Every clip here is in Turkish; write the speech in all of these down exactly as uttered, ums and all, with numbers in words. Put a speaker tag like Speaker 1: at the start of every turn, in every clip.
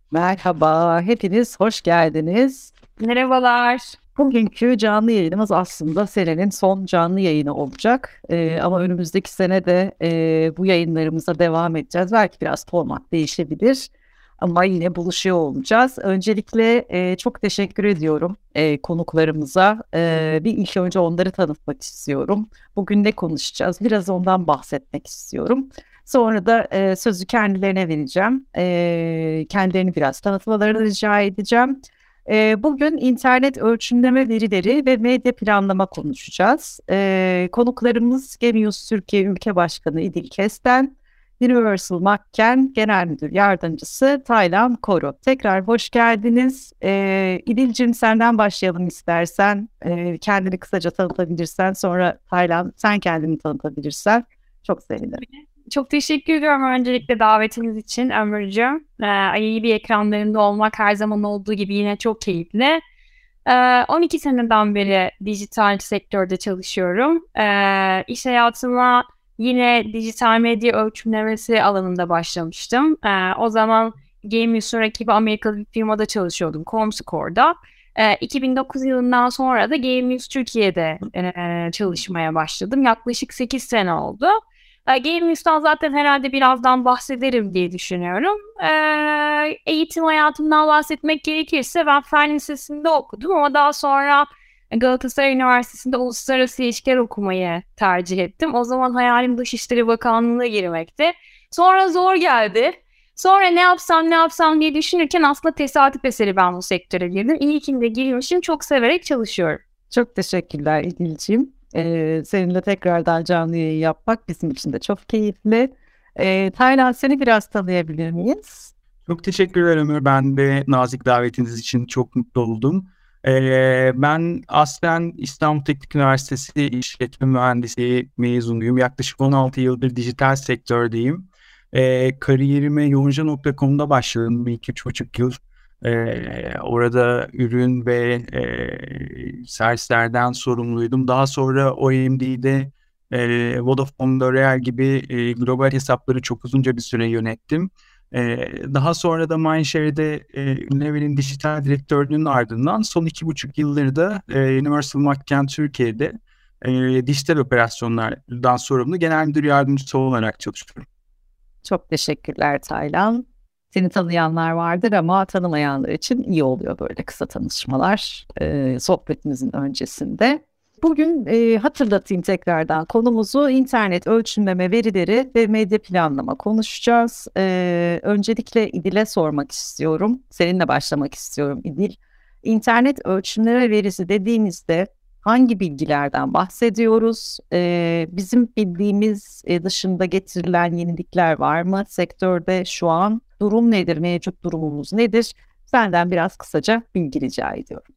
Speaker 1: Merhaba, hepiniz hoş geldiniz.
Speaker 2: Merhabalar.
Speaker 1: Bugünkü canlı yayınımız aslında senenin son canlı yayını olacak. Ee, ama önümüzdeki sene de e, bu yayınlarımıza devam edeceğiz. Belki biraz format değişebilir ama yine buluşuyor olacağız. Öncelikle e, çok teşekkür ediyorum e, konuklarımıza. E, bir ilk önce onları tanıtmak istiyorum. Bugün ne konuşacağız? Biraz ondan bahsetmek istiyorum. Sonra da e, sözü kendilerine vereceğim. E, kendilerini biraz tanıtmalarını rica edeceğim. E, bugün internet ölçümleme verileri ve medya planlama konuşacağız. E, konuklarımız Gemius Türkiye Ülke Başkanı İdil Kesten, Universal Macken Genel Müdür Yardımcısı Taylan Koru. Tekrar hoş geldiniz. E, İdil'cim senden başlayalım istersen. E, kendini kısaca tanıtabilirsen, sonra Taylan sen kendini tanıtabilirsen çok sevinirim.
Speaker 2: Çok teşekkür ediyorum öncelikle davetiniz için Ömürcüğüm. Ee, I E B ekranlarında olmak her zaman olduğu gibi yine çok keyifli. Ee, on iki seneden beri dijital sektörde çalışıyorum. Ee, iş hayatıma yine dijital medya ölçümlemesi alanında başlamıştım. Ee, o zaman Game User rakibi Amerikalı bir firmada çalışıyordum, Comscore'da. Ee, iki bin dokuz yılından sonra da Game News Türkiye'de e, çalışmaya başladım. Yaklaşık sekiz sene oldu. Game News'tan zaten herhalde birazdan bahsederim diye düşünüyorum. Ee, eğitim hayatımdan bahsetmek gerekirse ben Fen Lisesi'nde okudum ama daha sonra Galatasaray Üniversitesi'nde uluslararası ilişkiler okumayı tercih ettim. O zaman hayalim Dışişleri Bakanlığı'na girmekti. Sonra zor geldi. Sonra ne yapsam ne yapsam diye düşünürken aslında tesadüf eseri ben bu sektöre girdim. İyi ki de girmişim. Çok severek çalışıyorum.
Speaker 1: Çok teşekkürler İdil'ciğim. Ee, seninle tekrardan canlı yayın yapmak bizim için de çok keyifli. Ee, Taylan seni biraz tanıyabilir miyiz?
Speaker 3: Çok teşekkürler Ömür. Ben de nazik davetiniz için çok mutlu oldum. Ee, ben aslen İstanbul Teknik Üniversitesi İşletme Mühendisliği mezunuyum. Yaklaşık on altı yıldır dijital sektördeyim. Ee, kariyerime yonca nokta com'da başladım. Bir iki üç buçuk yıl. Ee, orada ürün ve e, servislerden sorumluydum. Daha sonra O M D'de e, Vodafone, L'Oreal gibi e, global hesapları çok uzunca bir süre yönettim. Ee, daha sonra da Mindshare'de e, Unilever'in dijital direktörlüğünün ardından son iki buçuk yıldır da e, Universal Macken Türkiye'de e, dijital operasyonlardan sorumlu genel müdür yardımcısı olarak çalışıyorum.
Speaker 1: Çok teşekkürler Taylan. Seni tanıyanlar vardır ama tanımayanlar için iyi oluyor böyle kısa tanışmalar e, sohbetimizin öncesinde. Bugün e, hatırlatayım tekrardan konumuzu internet ölçümleme verileri ve medya planlama konuşacağız. E, öncelikle İdil'e sormak istiyorum. Seninle başlamak istiyorum İdil. İnternet ölçümleme verisi dediğimizde hangi bilgilerden bahsediyoruz? E, bizim bildiğimiz e, dışında getirilen yenilikler var mı? Sektörde şu an durum nedir? Mevcut durumumuz nedir? Senden biraz kısaca bilgi rica ediyorum.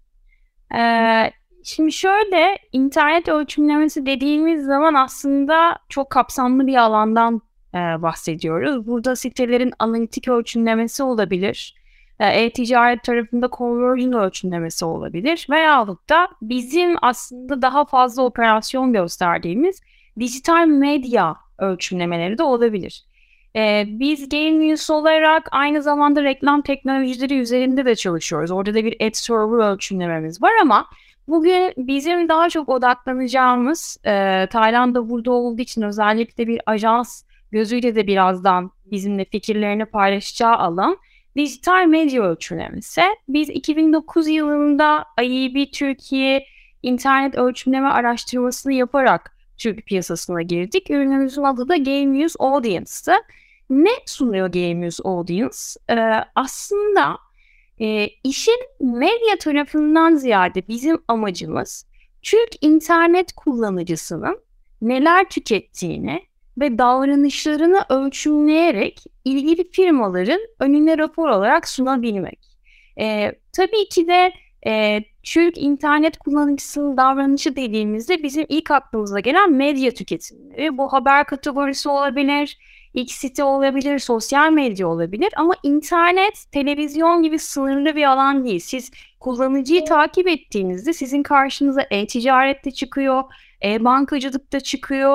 Speaker 2: Ee, Şimdi şöyle, internet ölçümlemesi dediğimiz zaman aslında çok kapsamlı bir alandan e, bahsediyoruz. Burada sitelerin analitik ölçümlemesi olabilir, e, e-ticaret tarafında conversion ölçümlemesi olabilir veyahut da bizim aslında daha fazla operasyon gösterdiğimiz dijital medya ölçümlemeleri de olabilir. Ee, biz Game News olarak aynı zamanda reklam teknolojileri üzerinde de çalışıyoruz. Orada da bir ad server ölçümlememiz var ama bugün bizim daha çok odaklanacağımız, e, Tayland'da burada olduğu için özellikle bir ajans gözüyle de birazdan bizimle fikirlerini paylaşacağı alan dijital medya ölçümlemesi. Biz iki bin dokuz yılında I E B Türkiye internet ölçümleme araştırmasını yaparak Türk piyasasına girdik. Ürünümüzün adı da Game News Audience'tı. Ne sunuyor Game News Audience? Ee, aslında e, işin medya tarafından ziyade bizim amacımız Türk internet kullanıcısının neler tükettiğini ve davranışlarını ölçümleyerek ilgili firmaların önüne rapor olarak sunabilmek. Ee, tabii ki de e, Türk internet kullanıcısının davranışı dediğimizde bizim ilk aklımıza gelen medya tüketimleri. Bu haber kategorisi olabilir, X-site olabilir, sosyal medya olabilir ama internet, televizyon gibi sınırlı bir alan değil. Siz kullanıcıyı takip ettiğinizde sizin karşınıza e-ticaret de çıkıyor, e-bankacılık da çıkıyor,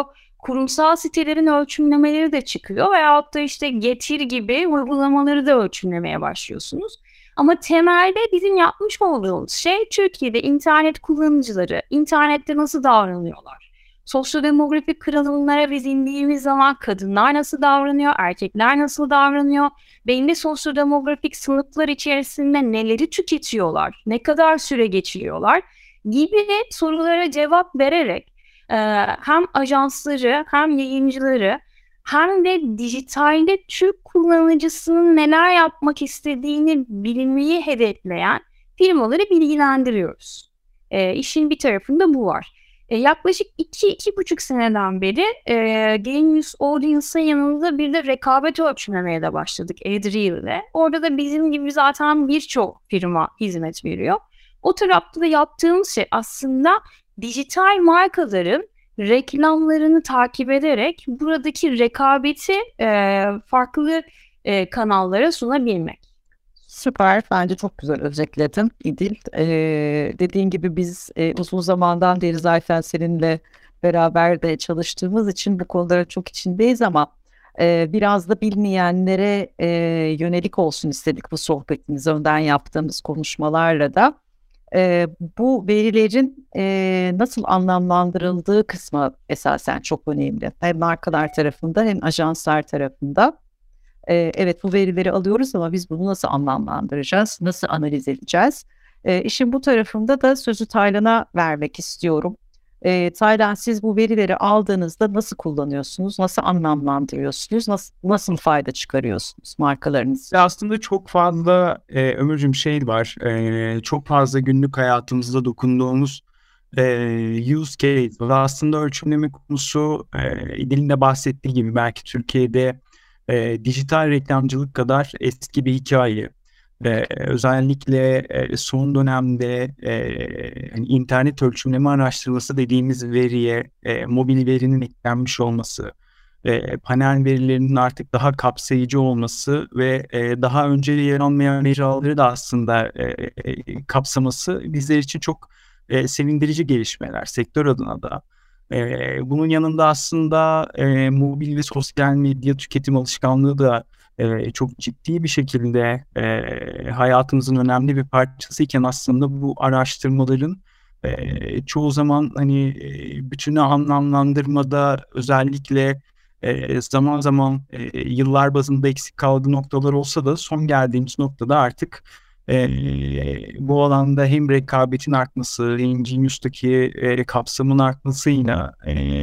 Speaker 2: kurumsal sitelerin ölçümlemeleri de çıkıyor veyahut da işte Getir gibi uygulamaları da ölçümlemeye başlıyorsunuz. Ama temelde bizim yapmış olduğumuz şey Türkiye'de internet kullanıcıları, internette nasıl davranıyorlar? Sosyodemografik kırılımlara biz indiğimiz zaman kadınlar nasıl davranıyor, erkekler nasıl davranıyor? Belli sosyodemografik sınıflar içerisinde neleri tüketiyorlar, ne kadar süre geçiriyorlar gibi sorulara cevap vererek e, hem ajansları hem yayıncıları hem de dijitalde Türk kullanıcısının neler yapmak istediğini bilmeyi hedefleyen firmaları bilgilendiriyoruz. E, işin bir tarafında bu var. E, yaklaşık iki iki buçuk seneden beri e, Genius Audience'ın yanında bir de rekabet ölçümlemeye de başladık Adreal'le. Orada da bizim gibi zaten birçok firma hizmet veriyor. O tarafta da yaptığımız şey aslında dijital markaların reklamlarını takip ederek buradaki rekabeti e, farklı e, kanallara sunabilmek.
Speaker 1: Süper. Bence çok güzel özetledin İdil. Ee, dediğin gibi biz e, uzun zamandan beri zaten seninle beraber de çalıştığımız için bu konulara çok içindeyiz ama e, biraz da bilmeyenlere e, yönelik olsun istedik bu sohbetimiz. Önden yaptığımız konuşmalarla da e, bu verilerin e, nasıl anlamlandırıldığı kısmı esasen çok önemli. Hem markalar tarafında hem ajanslar tarafında. Ee, evet bu verileri alıyoruz ama biz bunu nasıl anlamlandıracağız, nasıl analiz edeceğiz? Ee, işin bu tarafında da sözü Taylan'a vermek istiyorum. Ee, Taylan, siz bu verileri aldığınızda nasıl kullanıyorsunuz, nasıl anlamlandırıyorsunuz, nasıl, nasıl fayda çıkarıyorsunuz markalarınız?
Speaker 3: Aslında çok fazla e, Ömürcüğüm şey var, e, çok fazla günlük hayatımızda dokunduğumuz e, use case ve aslında ölçümleme konusu e, İdil'in de bahsettiği gibi belki Türkiye'de E, dijital reklamcılık kadar eski bir hikaye. E, özellikle e, son dönemde e, yani internet ölçümleme araştırması dediğimiz veriye e, mobil verinin eklenmiş olması, e, panel verilerinin artık daha kapsayıcı olması ve e, daha önce yer almayan mecraları da aslında e, e, kapsaması bizler için çok e, sevindirici gelişmeler sektör adına da. Ee, bunun yanında aslında e, mobil ve sosyal medya tüketim alışkanlığı da e, çok ciddi bir şekilde e, hayatımızın önemli bir parçasıyken aslında bu araştırmaların e, çoğu zaman hani e, bütünü anlamlandırmada özellikle e, zaman zaman e, yıllar bazında eksik kaldığı noktalar olsa da son geldiğimiz noktada artık E, bu alanda hem rekabetin artması, hem Genius'taki e, kapsamın artmasıyla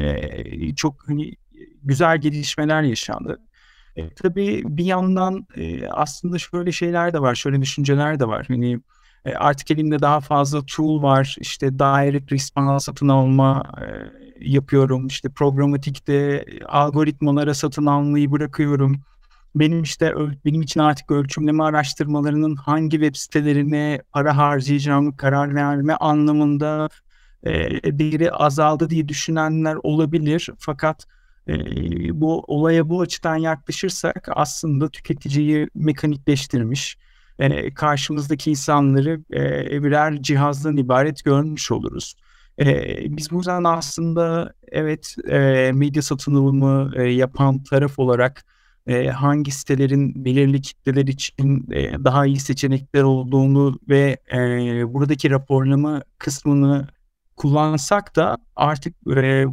Speaker 3: e, çok hani, güzel gelişmeler yaşandı. E, tabii bir yandan e, aslında şöyle şeyler de var, şöyle düşünceler de var. Hani e, artık elimde daha fazla tool var, işte direct response satın alma e, yapıyorum, işte programatikte algoritmalara satın almayı bırakıyorum. Benim işte benim için artık ölçümleme araştırmalarının hangi web sitelerine para harcayacağımı karar verme anlamında e, değeri azaldı diye düşünenler olabilir. Fakat e, bu olaya bu açıdan yaklaşırsak aslında tüketiciyi mekanikleştirmiş, e, karşımızdaki insanları e, birer cihazdan ibaret görmüş oluruz. E, biz bu yüzden aslında evet e, medya satın alımı e, yapan taraf olarak E, hangi sitelerin belirli kitleler için e, daha iyi seçenekler olduğunu ve e, buradaki raporlama kısmını kullansak da artık e,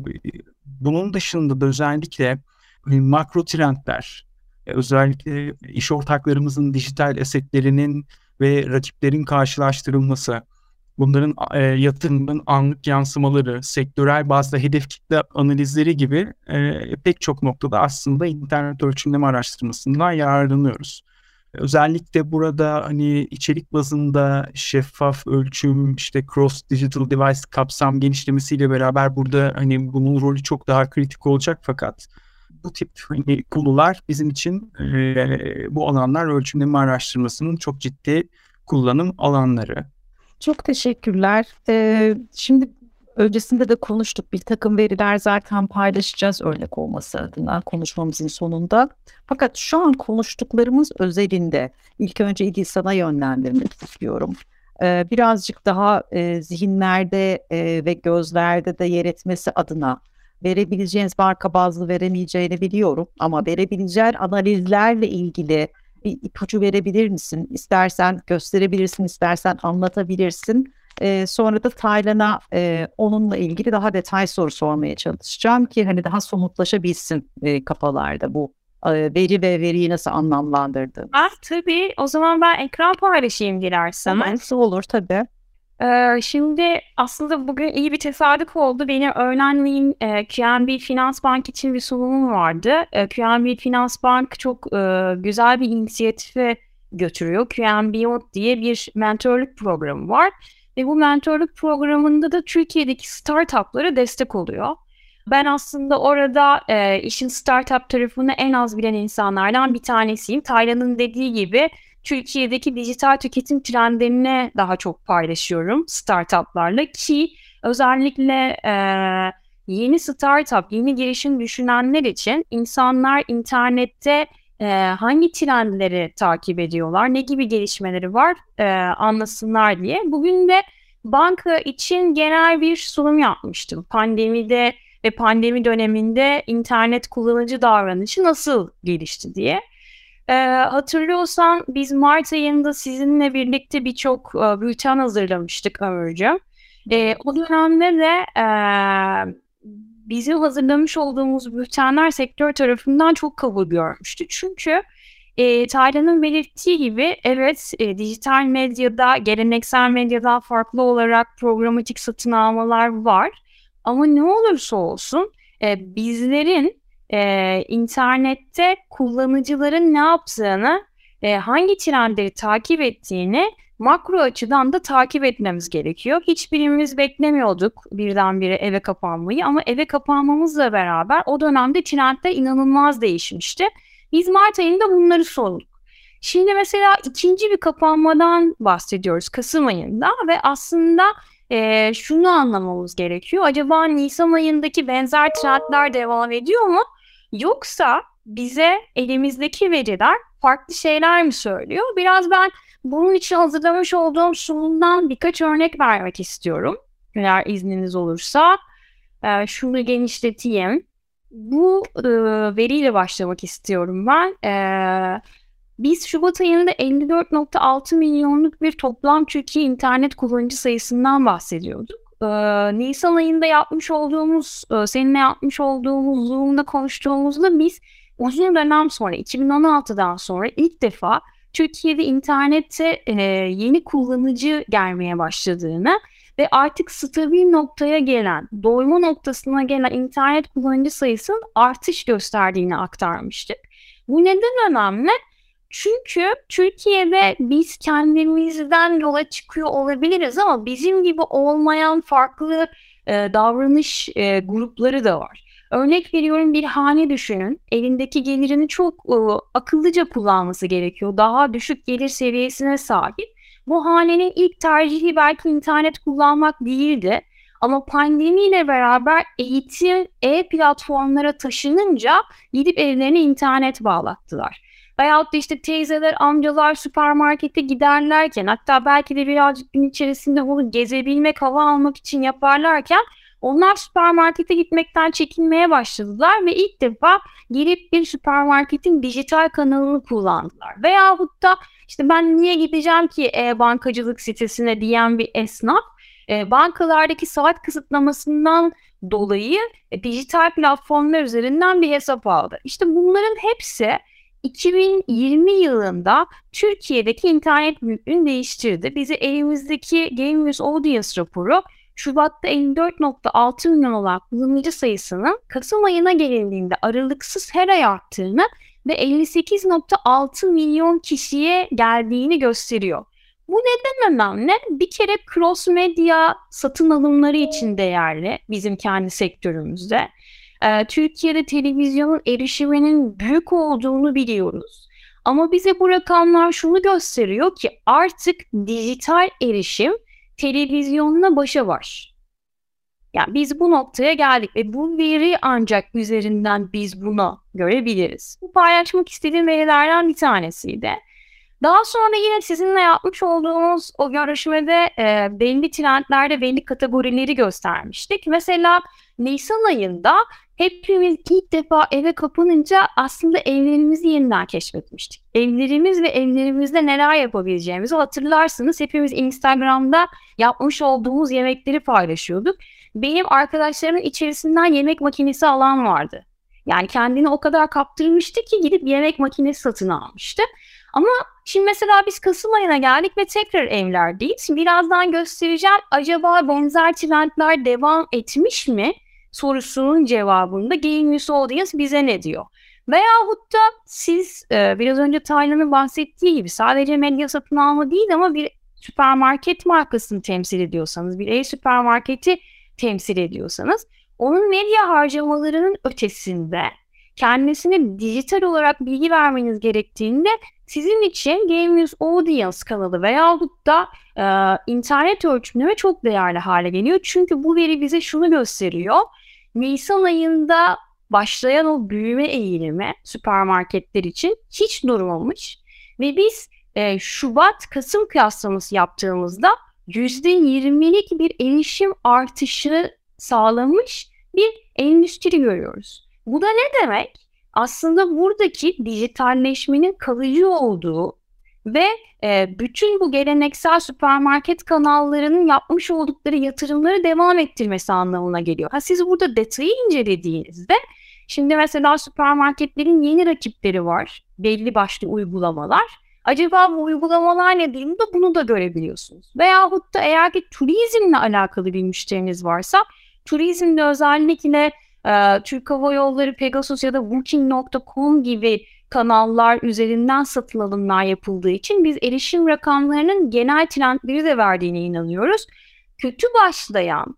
Speaker 3: bunun dışında da özellikle e, makro trendler, e, özellikle iş ortaklarımızın dijital asetlerinin ve rakiplerin karşılaştırılması, bunların e, yatırımın anlık yansımaları, sektörel bazda hedef kitle analizleri gibi e, pek çok noktada aslında internet ölçümleme araştırmasından yararlanıyoruz. Özellikle burada hani içerik bazında şeffaf ölçüm, işte cross digital device kapsam genişlemesiyle beraber burada hani bunun rolü çok daha kritik olacak fakat bu tip hani konular bizim için e, bu alanlar ölçümleme araştırmasının çok ciddi kullanım alanları.
Speaker 1: Çok teşekkürler. Ee, şimdi öncesinde de konuştuk. Bir takım veriler zaten paylaşacağız örnek olması adına konuşmamızın sonunda. Fakat şu an konuştuklarımız özelinde ilk önce İdil sana yönlendirmek istiyorum. Ee, birazcık daha e, zihinlerde e, ve gözlerde de yer etmesi adına verebileceğiniz marka bazlı veremeyeceğini biliyorum ama verebileceğin analizlerle ilgili bir ipucu verebilir misin? İstersen gösterebilirsin, istersen anlatabilirsin. Ee, sonra da Taylan'a e, onunla ilgili daha detay soru sormaya çalışacağım ki hani daha somutlaşabilsin e, kafalarda bu e, veri ve veriyi nasıl anlamlandırdığımız.
Speaker 2: Ah, tabii. O zaman ben ekran paylaşayım dilersen.
Speaker 1: Nasıl olur tabii.
Speaker 2: Ee, şimdi aslında bugün iyi bir tesadüf oldu. Benim öğlenleyin e, Q N B Finans Bank için bir sunumum vardı. E, Q N B Finans Bank çok e, güzel bir inisiyatife götürüyor. Q N B diye bir mentorluk programı var. Ve bu mentorluk programında da Türkiye'deki startuplara destek oluyor. Ben aslında orada e, işin startup tarafını en az bilen insanlardan bir tanesiyim. Taylan'ın dediği gibi Türkiye'deki dijital tüketim trendlerini daha çok paylaşıyorum startuplarla ki özellikle e, yeni startup, yeni girişim düşünenler için insanlar internette e, hangi trendleri takip ediyorlar, ne gibi gelişmeleri var e, anlasınlar diye. Bugün de banka için genel bir sunum yapmıştım. Pandemide ve pandemi döneminde internet kullanıcı davranışı nasıl gelişti diye. Ee, hatırlıyorsan biz Mart ayında sizinle birlikte birçok e, bülten hazırlamıştık Ömürcüğüm. E, o dönemde de e, bizim hazırlamış olduğumuz bültenler sektör tarafından çok kabul görmüştü. Çünkü e, Taylan'ın belirttiği gibi evet e, dijital medyada, geleneksel medyadan farklı olarak programatik satın almalar var. Ama ne olursa olsun e, bizlerin e, internette kullanıcıların ne yaptığını, e, hangi trendleri takip ettiğini makro açıdan da takip etmemiz gerekiyor. Hiçbirimiz beklemiyorduk birdenbire eve kapanmayı ama eve kapanmamızla beraber o dönemde trendler inanılmaz değişmişti. Biz Mart ayında bunları sorduk. Şimdi mesela ikinci bir kapanmadan bahsediyoruz Kasım ayında ve aslında e, şunu anlamamız gerekiyor. Acaba Nisan ayındaki benzer trendler devam ediyor mu? Yoksa bize elimizdeki veriler farklı şeyler mi söylüyor? Biraz ben bunun için hazırlamış olduğum sunumdan birkaç örnek vermek istiyorum. Eğer izniniz olursa. E, şunu genişleteyim. Bu e, veriyle başlamak istiyorum ben. E, biz Şubat ayında elli dört nokta altı milyonluk bir toplam Türkiye internet kullanıcı sayısından bahsediyorduk. Ee, Nisan ayında yapmış olduğumuz, e, seninle yapmış olduğumuz Zoom'da konuştuğumuzda biz uzun dönem sonra, iki bin on altıdan sonra ilk defa Türkiye'de internette e, yeni kullanıcı gelmeye başladığını ve artık stabil noktaya gelen, doyma noktasına gelen internet kullanıcı sayısının artış gösterdiğini aktarmıştık. Bu neden önemli? Çünkü Türkiye'de biz kendimizden yola çıkıyor olabiliriz ama bizim gibi olmayan farklı e, davranış e, grupları da var. Örnek veriyorum, bir hane düşünün. Elindeki gelirini çok e, akıllıca kullanması gerekiyor. Daha düşük gelir seviyesine sahip. Bu hanenin ilk tercihi belki internet kullanmak değildi. Ama pandemiyle beraber eğitim e-platformlara taşınınca gidip evlerine internet bağlattılar. Veyahut da işte teyzeler, amcalar süpermarkete giderlerken, hatta belki de birazcık gün içerisinde onu gezebilmek, hava almak için yaparlarken onlar süpermarkete gitmekten çekinmeye başladılar ve ilk defa girip bir süpermarketin dijital kanalını kullandılar. Veyahut da işte ben niye gideceğim ki e-bankacılık sitesine diyen bir esnaf, e, bankalardaki saat kısıtlamasından dolayı e, dijital platformlar üzerinden bir hesap aldı. İşte bunların hepsi iki bin yirmi yılında Türkiye'deki internet büyüklüğünü değiştirdi. Bize elimizdeki Game Audience raporu Şubat'ta elli dört nokta altı milyon olan kullanıcı sayısının Kasım ayına gelindiğinde aralıksız her ay arttığını ve elli sekiz nokta altı milyon kişiye geldiğini gösteriyor. Bu neden önemli? Bir kere cross medya satın alımları için değerli bizim kendi sektörümüzde. Ee, Türkiye'de televizyonun erişiminin büyük olduğunu biliyoruz. Ama bize bu rakamlar şunu gösteriyor ki artık dijital erişim televizyonla başa baş. Yani biz bu noktaya geldik ve bu veri ancak üzerinden biz bunu görebiliriz. Bu paylaşmak istediğim verilerden bir tanesiydi. Daha sonra yine sizinle yapmış olduğumuz o görüşmede e, belli trendlerde belli kategorileri göstermiştik. Mesela Nisan ayında hepimiz ilk defa eve kapanınca aslında evlerimizi yeniden keşfetmiştik. Evlerimiz ve evlerimizde neler yapabileceğimizi hatırlarsınız. Hepimiz Instagram'da yapmış olduğumuz yemekleri paylaşıyorduk. Benim arkadaşlarımın içerisinden yemek makinesi alan vardı. Yani kendini o kadar kaptırmıştı ki gidip yemek makinesi satın almıştı. Ama şimdi mesela biz Kasım ayına geldik ve tekrar evlerdeyiz. Şimdi birazdan göstereceğim, acaba benzer trendler devam etmiş mi sorusunun cevabında Game News Audience bize ne diyor? Veyahut da siz e, biraz önce Taylan'ın bahsettiği gibi sadece medya satın alma değil ama bir süpermarket markasını temsil ediyorsanız, bir e-süpermarketi temsil ediyorsanız, onun medya harcamalarının ötesinde kendisine dijital olarak bilgi vermeniz gerektiğinde sizin için Game News Audience kanalı veyahut da e, internet ölçümleme çok değerli hale geliyor. Çünkü bu veri bize şunu gösteriyor. Nisan ayında başlayan o büyüme eğilimi süpermarketler için hiç durmamış ve biz e, Şubat-Kasım kıyaslaması yaptığımızda yüzde yirmilik bir erişim artışı sağlamış bir endüstri görüyoruz. Bu da ne demek? Aslında buradaki dijitalleşmenin kalıcı olduğu ve e, bütün bu geleneksel süpermarket kanallarının yapmış oldukları yatırımları devam ettirmesi anlamına geliyor. Ha, siz burada detayı incelediğinizde, şimdi mesela süpermarketlerin yeni rakipleri var, belli başlı uygulamalar. Acaba bu uygulamalar ne değil mi? Bunu da görebiliyorsunuz. Veyahut da eğer ki turizmle alakalı bir müşteriniz varsa, turizmde özellikle e, Türk Hava Yolları, Pegasus ya da Booking nokta com gibi kanallar üzerinden satın alımlar yapıldığı için biz erişim rakamlarının genel trendleri de verdiğine inanıyoruz. Kötü başlayan,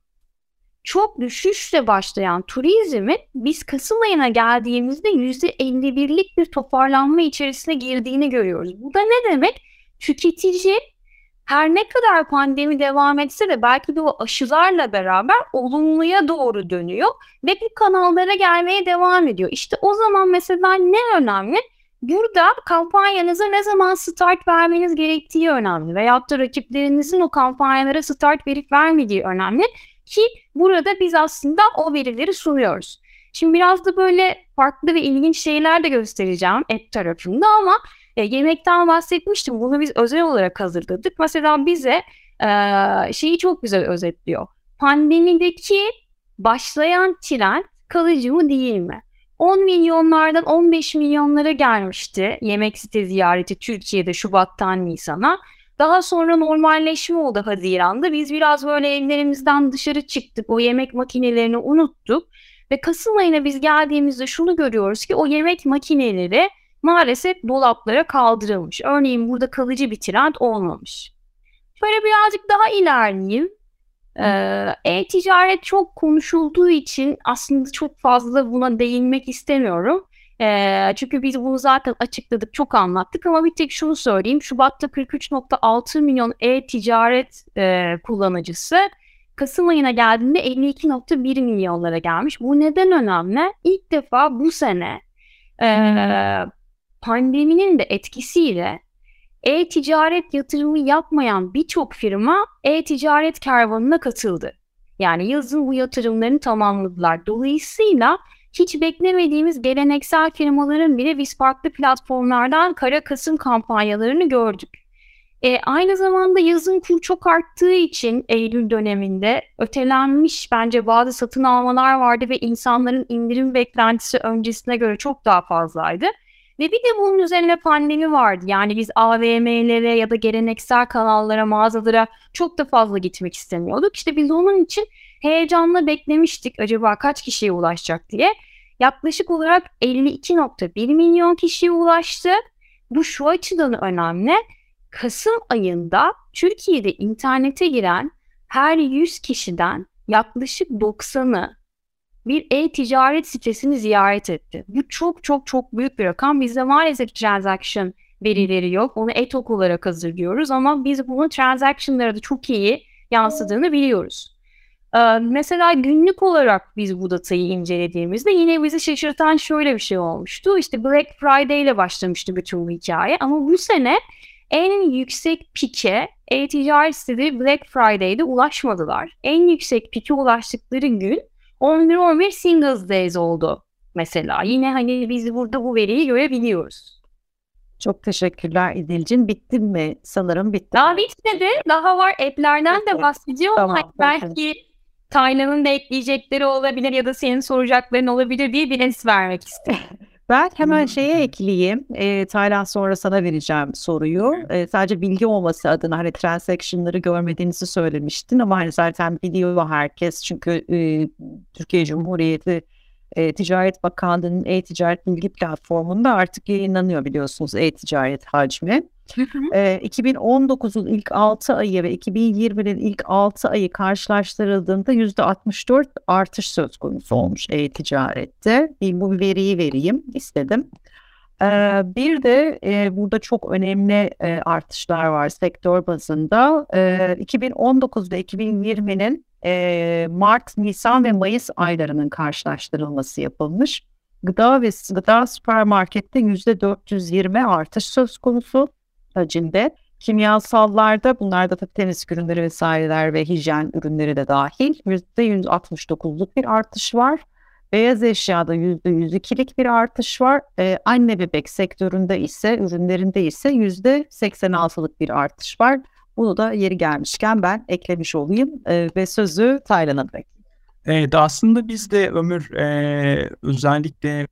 Speaker 2: çok düşüşle başlayan turizmin biz Kasım ayına geldiğimizde yüzde elli birlik bir toparlanma içerisine girdiğini görüyoruz. Bu da ne demek? Tüketici her ne kadar pandemi devam etse de belki de o aşılarla beraber olumluya doğru dönüyor ve bu kanallara gelmeye devam ediyor. İşte o zaman mesela ne önemli? Burada kampanyanıza ne zaman start vermeniz gerektiği önemli. Veyahut da rakiplerinizin o kampanyalara start verip vermediği önemli. Ki burada biz aslında o verileri sunuyoruz. Şimdi biraz da böyle farklı ve ilginç şeyler de göstereceğim et tarafında ama e, yemekten bahsetmiştim. Bunu biz özel olarak hazırladık. Mesela bize e, şeyi çok güzel özetliyor. Pandemideki başlayan trend kalıcı mı değil mi? on milyonlardan on beş milyonlara gelmişti yemek site ziyareti Türkiye'de Şubat'tan Nisan'a. Daha sonra normalleşme oldu Haziran'da. Biz biraz böyle evlerimizden dışarı çıktık. O yemek makinelerini unuttuk. Ve Kasım ayına biz geldiğimizde şunu görüyoruz ki o yemek makineleri maalesef dolaplara kaldırılmış. Örneğin burada kalıcı bir trend olmamış. Şöyle birazcık daha ilerleyeyim. Ee, e-ticaret çok konuşulduğu için aslında çok fazla buna değinmek istemiyorum. Ee, çünkü biz bunu zaten açıkladık, çok anlattık ama bir tek şunu söyleyeyim. Şubat'ta kırk üç nokta altı milyon e-ticaret e, kullanıcısı Kasım ayına geldiğinde elli iki nokta bir milyonlara gelmiş. Bu neden önemli? İlk defa bu sene e, pandeminin de etkisiyle e-ticaret yatırımı yapmayan birçok firma e-ticaret kervanına katıldı. Yani yazın bu yatırımlarını tamamladılar. Dolayısıyla hiç beklemediğimiz geleneksel firmaların bile biz farklı platformlardan Kara Kasım kampanyalarını gördük. E, aynı zamanda yazın kur çok arttığı için Eylül döneminde ötelenmiş bence bazı satın almalar vardı ve insanların indirim beklentisi öncesine göre çok daha fazlaydı. Ve bir de bunun üzerine pandemi vardı. Yani biz A V M'lere ya da geleneksel kanallara, mağazalara çok da fazla gitmek istemiyorduk. İşte biz onun için heyecanla beklemiştik acaba kaç kişiye ulaşacak diye. Yaklaşık olarak elli iki nokta bir milyon kişiye ulaştı. Bu şu açıdan önemli. Kasım ayında Türkiye'de internete giren her yüz kişiden yaklaşık doksanı bir e-ticaret sitesini ziyaret etti. Bu çok çok çok büyük bir rakam. Bizde maalesef transaction verileri yok. Onu e-tok olarak hazırlıyoruz ama biz bunu transaction'lara da çok iyi yansıdığını biliyoruz. Ee, mesela günlük olarak biz bu datayı incelediğimizde yine bizi şaşırtan şöyle bir şey olmuştu. İşte Black Friday ile başlamıştı bütün bu hikaye ama bu sene en yüksek pike e-ticaret siteleri Black Friday'de ulaşmadılar. En yüksek pike ulaştıkları gün on bir on bir Singles Days oldu mesela. Yine hani biz burada bu veriyi görebiliyoruz.
Speaker 1: Çok teşekkürler İdil'cim. Bitti mi? Sanırım bitti.
Speaker 2: Daha bitmedi. Daha var. App'lerden de bahsediyor.
Speaker 1: Tamam,
Speaker 2: Hani belki Taylan'ın da ekleyecekleri olabilir ya da senin soracakların olabilir diye bir es vermek istedim.
Speaker 1: Ben hemen şeye ekleyeyim. E, Taylan sonra sana vereceğim soruyu. E, sadece bilgi olması adına hani transaction'ları görmediğinizi söylemiştin ama hani zaten biliyor herkes çünkü e, Türkiye Cumhuriyeti e, Ticaret Bakanlığı'nın e-ticaret bilgi platformunda artık yayınlanıyor biliyorsunuz e-ticaret hacmi. E, iki bin on dokuzun ilk altı ayı ve iki bin yirminin ilk altı ayı karşılaştırıldığında yüzde altmış dört artış söz konusu olmuş e-ticarette. Bir, bu bir veriyi vereyim istedim. E, bir de e, burada çok önemli e, artışlar var sektör bazında. E, iki bin on dokuz ve iki bin yirminin e, Mart, Nisan ve Mayıs aylarının karşılaştırılması yapılmış. Gıda ve gıda süpermarkette yüzde dört yüz yirmi artış söz konusu hacimde. Kimyasallarda bunlarda tabii temizlik ürünleri vesaireler ve hijyen ürünleri de dahil yüzde yüz altmış dokuzluk bir artış var. Beyaz eşyada yüzde yüz ikilik bir artış var. Ee, anne bebek sektöründe ise ürünlerinde ise yüzde seksen altılık bir artış var. Bunu da yeri gelmişken ben eklemiş olayım ee, ve sözü Taylan'a bırakayım.
Speaker 3: Evet, aslında biz de Ömür e, özellikle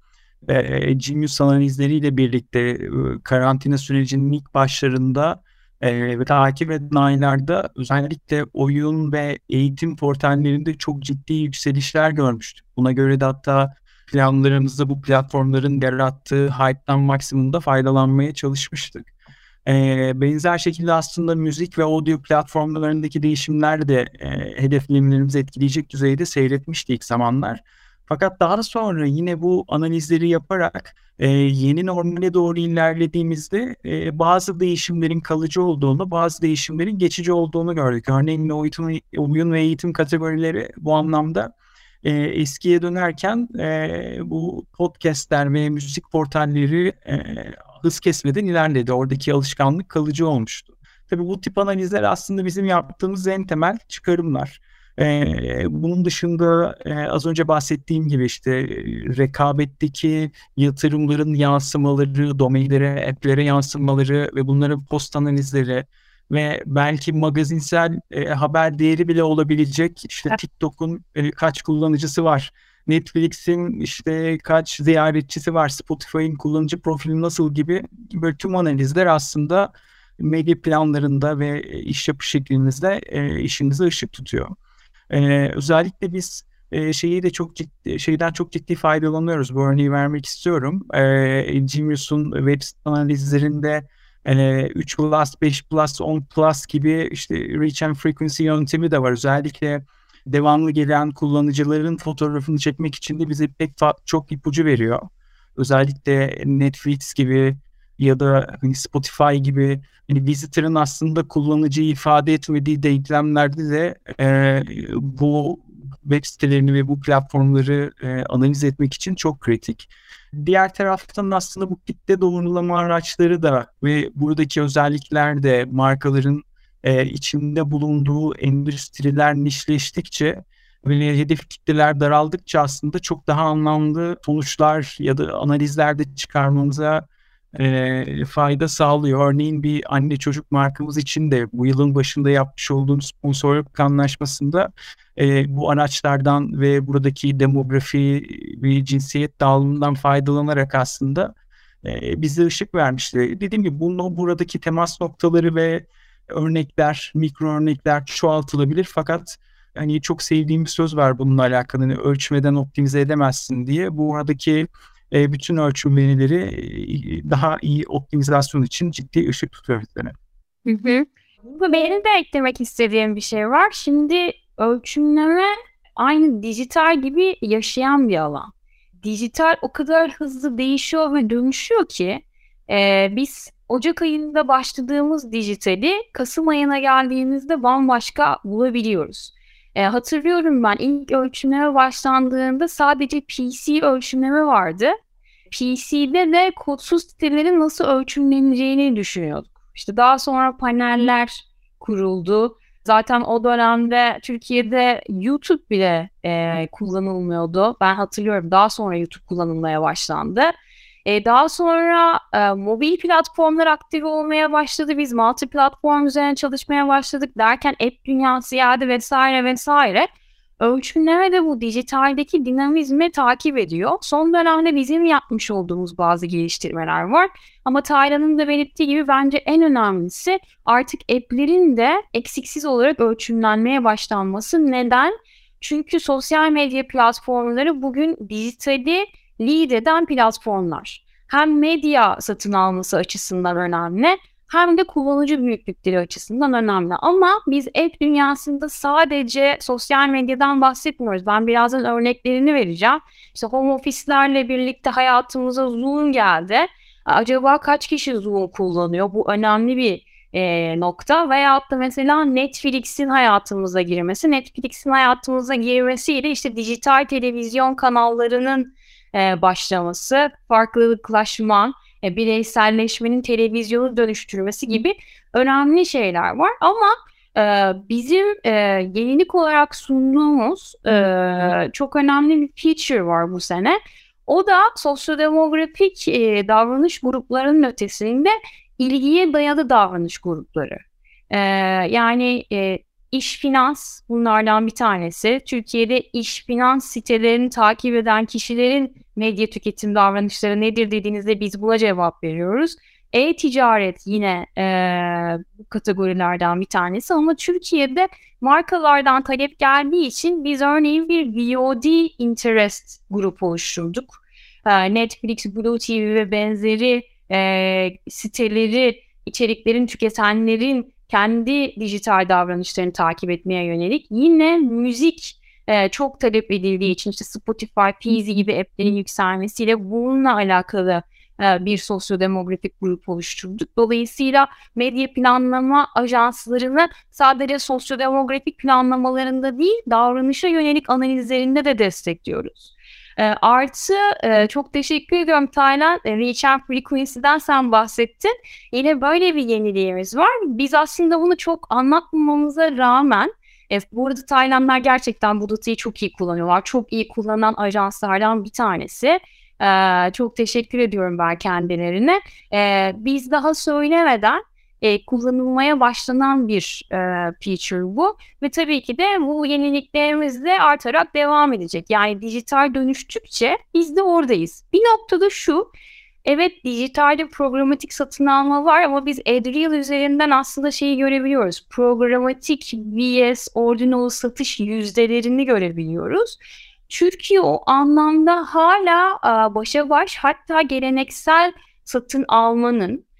Speaker 3: e, Genius analizleriyle birlikte e, karantina sürecinin ilk başlarında e, ve takip eden aylarda özellikle oyun ve eğitim portallerinde çok ciddi yükselişler görmüştük. Buna göre de hatta planlarımızda bu platformların yarattığı hype'dan maksimumda faydalanmaya çalışmıştık. E, benzer şekilde aslında müzik ve audio platformlarındaki değişimler de e, hedeflemelerimizi etkileyecek düzeyde seyretmişti ilk zamanlar. Fakat daha sonra yine bu analizleri yaparak e, yeni normale doğru ilerlediğimizde e, bazı değişimlerin kalıcı olduğunu, bazı değişimlerin geçici olduğunu gördük. Örneğin oyun, oyun ve eğitim kategorileri bu anlamda e, eskiye dönerken e, bu podcastler ve müzik portalleri e, hız kesmeden ilerledi. Oradaki alışkanlık kalıcı olmuştu. Tabii bu tip analizler aslında bizim yaptığımız en temel çıkarımlar. Ee, bunun dışında e, az önce bahsettiğim gibi işte e, rekabetteki yatırımların yansımaları, domainlere, app'lere yansımaları ve bunların post analizleri ve belki magazinsel e, haber değeri bile olabilecek işte TikTok'un e, kaç kullanıcısı var, Netflix'in işte kaç ziyaretçisi var, Spotify'ın kullanıcı profili nasıl gibi böyle tüm analizler aslında medya planlarında ve iş yapış şeklinizde e, işinize ışık tutuyor. Ee, özellikle biz e, şeyi de çok ciddi, şeyden çok ciddi faydalanıyoruz. Bu örneği vermek istiyorum. Ee, Genius'un web site analizlerinde e, üç plus, beş plus, on plus gibi işte reach and frequency yöntemi de var. Özellikle devamlı gelen kullanıcıların fotoğrafını çekmek için de bize pek çok ipucu veriyor. Özellikle Netflix gibi ya da hani Spotify gibi hani visitor'ın aslında kullanıcıyı ifade etmediği denklemlerde de e, bu web sitelerini ve bu platformları e, analiz etmek için çok kritik. Diğer taraftan aslında bu kitle doğrulama araçları da ve buradaki özellikler de markaların e, içinde bulunduğu endüstriler nişleştikçe ve hedef kitleler daraldıkça aslında çok daha anlamlı sonuçlar ya da analizlerde çıkarmamıza E, fayda sağlıyor. Örneğin bir anne çocuk markamız için de bu yılın başında yapmış olduğumuz sponsorluk anlaşmasında e, bu araçlardan ve buradaki demografi ve cinsiyet dağılımından faydalanarak aslında e, bize ışık vermişti. Dediğim gibi bunun buradaki temas noktaları ve örnekler, mikro örnekler çoğaltılabilir fakat hani çok sevdiğim bir söz var bununla alakalı. Hani ölçmeden optimize edemezsin diye. Bu aradaki E, bütün ölçüm verileri e, daha iyi optimizasyon için ciddi ışık tutuyor bizlere.
Speaker 2: Burada benim de eklemek istediğim bir şey var. Şimdi ölçümleme aynı dijital gibi yaşayan bir alan. Dijital o kadar hızlı değişiyor ve dönüşüyor ki e, biz Ocak ayında başladığımız dijitali Kasım ayına geldiğimizde bambaşka bulabiliyoruz. E, hatırlıyorum ben ilk ölçümleme başlandığında sadece P C ölçümleme vardı. P C'de de kodsuz sitelerin nasıl ölçümleneceğini düşünüyorduk. yapmıştı. Daha sonra paneller kuruldu. Zaten o dönemde Türkiye'de YouTube bile e, kullanılmıyordu. Ben hatırlıyorum, daha sonra YouTube kullanılmaya başlandı. E, daha sonra e, mobil platformlar aktif olmaya başladı. Biz multi platform üzerine çalışmaya başladık derken app dünyası geldi vesaire vesaire. Ölçümleme de bu dijitaldeki dinamizmi takip ediyor. Son dönemde bizim yapmış olduğumuz bazı geliştirmeler var. Ama Taylan'ın da belirttiği gibi bence en önemlisi artık app'lerin de eksiksiz olarak ölçümlenmeye başlanması. Neden? Çünkü sosyal medya platformları bugün dijitali lead eden platformlar. Hem medya satın alması açısından önemli, hem de kullanıcı büyüklükleri açısından önemli. Ama biz app dünyasında sadece sosyal medyadan bahsetmiyoruz. Ben birazdan örneklerini vereceğim. İşte home office'lerle birlikte hayatımıza Zoom geldi. Acaba kaç kişi Zoom kullanıyor? Bu önemli bir e, nokta. Veyahut da mesela Netflix'in hayatımıza girmesi. Netflix'in hayatımıza girmesiyle işte dijital televizyon kanallarının e, başlaması, farklılıklaşma, e, bireyselleşmenin televizyonu dönüştürmesi gibi önemli şeyler var. Ama e, bizim e, yenilik olarak sunduğumuz e, çok önemli bir feature var bu sene. O da sosyodemografik e, davranış gruplarının ötesinde ilgiye dayalı davranış grupları. E, yani e, iş finans bunlardan bir tanesi. Türkiye'de iş finans sitelerini takip eden kişilerin medya tüketim davranışları nedir dediğinizde biz buna cevap veriyoruz. E-ticaret yine e, bu kategorilerden bir tanesi ama Türkiye'de markalardan talep geldiği için biz örneğin bir V O D interest grubu oluşturduk. E, Netflix, Blue T V ve benzeri e, siteleri, içeriklerin tüketenlerin kendi dijital davranışlarını takip etmeye yönelik. Yine müzik e, çok talep edildiği için işte Spotify, Peasy gibi app'lerin yükselmesiyle bununla alakalı e, bir sosyodemografik grup oluşturduk. Dolayısıyla medya planlama ajanslarını sadece sosyodemografik planlamalarında değil, davranışa yönelik analizlerinde de destekliyoruz. E, artı e, çok teşekkür ediyorum Taylan. E, Reach and Frequency'den sen bahsettin. Yine böyle bir yeniliğimiz var. Biz aslında bunu çok anlatmamamıza rağmen e, burada Taylanlar gerçekten bu datayı çok iyi kullanıyorlar. Çok iyi kullanan ajanslardan bir tanesi. E, çok teşekkür ediyorum ben kendilerine. E, biz daha söylemeden E, kullanılmaya başlanan bir e, feature bu ve tabii ki de bu yeniliklerimiz de artarak devam edecek. Yani dijital dönüştükçe biz de oradayız. Bir noktada şu, evet dijitalde programatik satın alma var ama biz AdReal üzerinden aslında şeyi görebiliyoruz. Programatik vs ordinal satış yüzdelerini görebiliyoruz. Türkiye o anlamda hala a, başa baş, hatta geleneksel satın almanın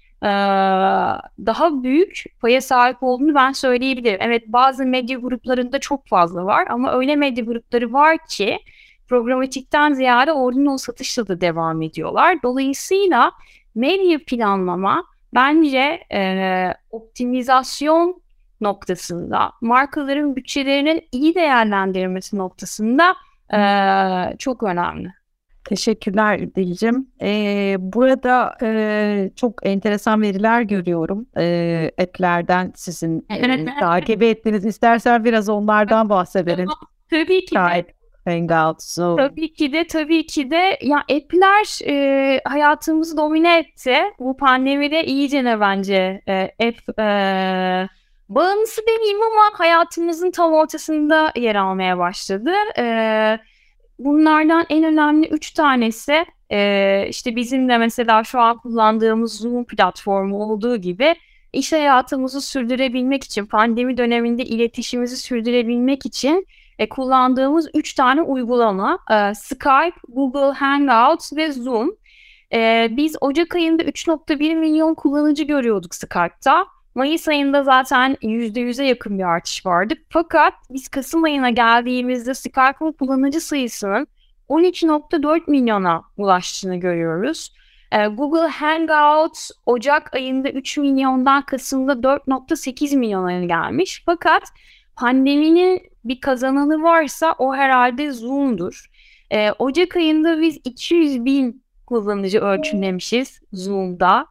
Speaker 2: daha büyük paya sahip olduğunu ben söyleyebilirim. Evet, bazı medya gruplarında çok fazla var ama öyle medya grupları var ki programatikten ziyade ordinal satışla da devam ediyorlar. Dolayısıyla medya planlama bence e, optimizasyon noktasında, markaların bütçelerinin iyi değerlendirilmesi noktasında e, çok önemli.
Speaker 1: Teşekkürler Dilcim. Ee, burada e, çok enteresan veriler görüyorum. Ee, app'lerden sizin e, takip ettiğiniz. İstersen biraz onlardan bahsedelim.
Speaker 2: Tabii ki de.
Speaker 1: Hangout, Zoom.
Speaker 2: Tabii ki de, tabii ki de. Ya app'ler e, hayatımızı domine etti. Bu pandemide iyice ne bence e, app e, bağımlısı demeyeyim ama hayatımızın tam ortasında yer almaya başladı. Evet. Bunlardan en önemli üç tanesi e, işte bizim de mesela şu an kullandığımız Zoom platformu olduğu gibi iş hayatımızı sürdürebilmek için, pandemi döneminde iletişimimizi sürdürebilmek için e, kullandığımız üç tane uygulama. E, Skype, Google Hangouts ve Zoom. E, biz Ocak ayında üç nokta bir milyon kullanıcı görüyorduk Skype'ta. Mayıs ayında zaten yüzde yüze yakın bir artış vardı. Fakat biz Kasım ayına geldiğimizde Skype'ın kullanıcı sayısının on üç nokta dört milyona ulaştığını görüyoruz. Ee, Google Hangouts Ocak ayında üç milyondan Kasım'da dört nokta sekiz milyona gelmiş. Fakat pandeminin bir kazananı varsa o herhalde Zoom'dur. Ee, Ocak ayında biz iki yüz bin kullanıcı ölçümlemişiz Zoom'da.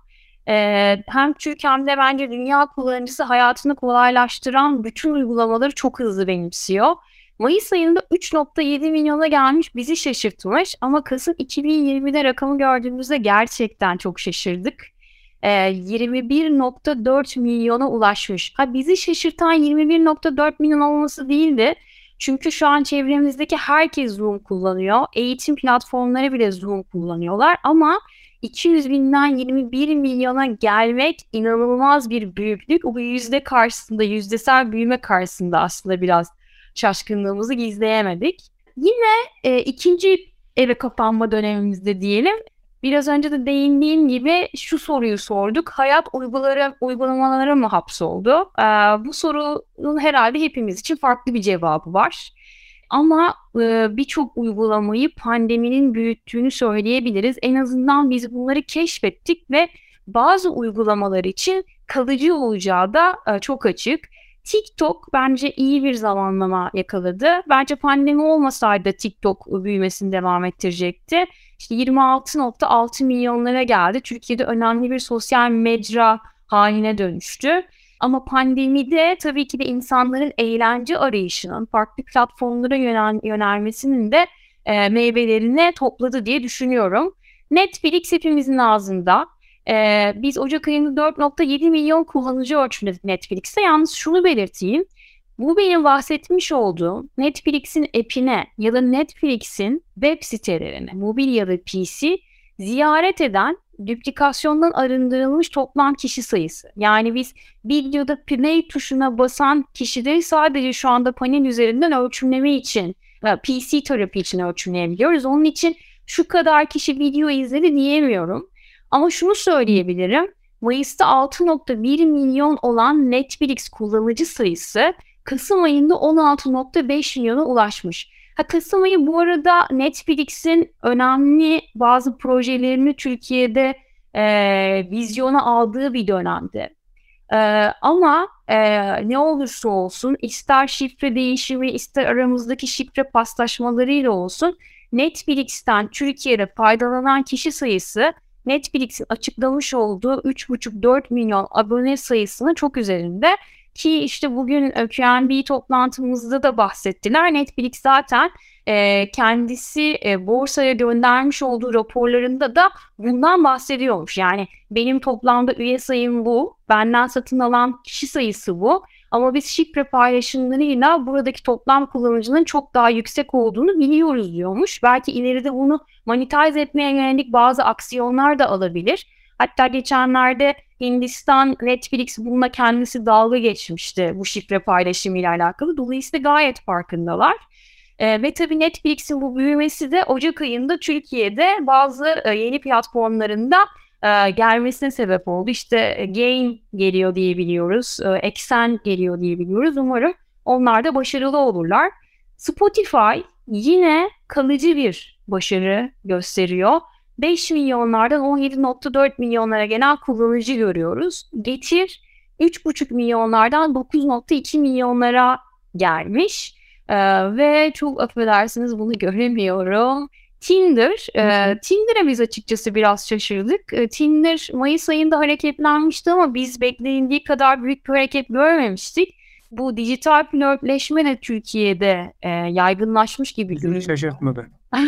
Speaker 2: Ee, hem Türk hem de bence dünya kullanıcısı hayatını kolaylaştıran bütün uygulamaları çok hızlı benimsiyor. Mayıs ayında üç nokta yedi milyona gelmiş, bizi şaşırtmış ama Kasım iki bin yirmide rakamı gördüğümüzde gerçekten çok şaşırdık. Ee, yirmi bir nokta dört milyona ulaşmış. Ha, bizi şaşırtan yirmi bir nokta dört milyon olması değildi. Çünkü şu an çevremizdeki herkes Zoom kullanıyor. Eğitim platformları bile Zoom kullanıyorlar ama iki yüz binden yirmi bir milyona gelmek inanılmaz bir büyüklük. Bu yüzde karşısında, yüzdesel büyüme karşısında aslında biraz şaşkınlığımızı gizleyemedik. Yine e, ikinci eve kapanma dönemimizde diyelim. Biraz önce de değindiğim gibi şu soruyu sorduk. Hayat uygulara, uygulamalara mı hapsoldu? Ee, bu sorunun herhalde hepimiz için farklı bir cevabı var. Ama e, birçok uygulamayı pandeminin büyüttüğünü söyleyebiliriz. En azından biz bunları keşfettik ve bazı uygulamalar için kalıcı olacağı da e, çok açık. TikTok bence iyi bir zamanlama yakaladı. Bence pandemi olmasaydı TikTok büyümesini devam ettirecekti. İşte yirmi altı nokta altı milyonlara geldi. Türkiye'de önemli bir sosyal mecra haline dönüştü. Ama pandemide tabii ki de insanların eğlence arayışının farklı platformlara yönel, yönelmesinin de e, meyvelerini topladı diye düşünüyorum. Netflix hepimizin ağzında. Ee, biz Ocak ayında dört nokta yedi milyon kullanıcı ölçümledik Netflix'te. Yalnız şunu belirteyim. Bu benim bahsetmiş olduğum Netflix'in app'ine ya da Netflix'in web sitelerine, mobil ya da P C ziyaret eden, duplikasyondan arındırılmış toplam kişi sayısı. Yani biz videoda play tuşuna basan kişileri sadece şu anda panel üzerinden ölçümleme için, P C terapi için ölçümleyebiliyoruz. Onun için şu kadar kişi video izledi diyemiyorum. Ama şunu söyleyebilirim. Mayıs'ta altı nokta bir milyon olan Netflix kullanıcı sayısı Kasım ayında on altı nokta beş milyona ulaşmış. Ha, Kasım ayı bu arada Netflix'in önemli bazı projelerini Türkiye'de e, vizyona aldığı bir dönemdi. E, ama e, ne olursa olsun, ister şifre değişimi, ister aramızdaki şifre paslaşmalarıyla olsun, Netflix'ten Türkiye'de faydalanan kişi sayısı Netflix'in açıklamış olduğu üç buçuk dört milyon abone sayısının çok üzerinde. Ki işte bugün Q N B toplantımızda da bahsettiler. Netflix zaten e, kendisi e, borsaya göndermiş olduğu raporlarında da bundan bahsediyormuş. Yani benim toplamda üye sayım bu, benden satın alan kişi sayısı bu. Ama biz şifre paylaşımlarıyla buradaki toplam kullanıcının çok daha yüksek olduğunu biliyoruz diyormuş. Belki ileride bunu monetize etmeye yönelik bazı aksiyonlar da alabilir. Hatta geçenlerde Hindistan Netflix bununla kendisi dalga geçmişti bu şifre paylaşımıyla alakalı. Dolayısıyla gayet farkındalar. E, ve tabii Netflix'in bu büyümesi de Ocak ayında Türkiye'de bazı e, yeni platformlarında e, gelmesine sebep oldu. İşte e, Gain geliyor diye biliyoruz, e, Exxen geliyor diye biliyoruz. Umarım onlar da başarılı olurlar. Spotify yine kalıcı bir başarı gösteriyor. beş milyonlardan on yedi nokta dört milyonlara gelen kullanıcı görüyoruz. Getir üç buçuk milyonlardan dokuz nokta iki milyonlara gelmiş. Ee, ve çok affedersiniz bunu göremiyorum. Tinder, e, Tinder'a biz açıkçası biraz şaşırdık. E, Tinder Mayıs ayında hareketlenmişti ama biz beklenildiği kadar büyük bir hareket görmemiştik. Bu dijital flörtleşme de Türkiye'de e, yaygınlaşmış gibi
Speaker 3: Bizi
Speaker 2: görünüyor.
Speaker 3: şaşırtmadı.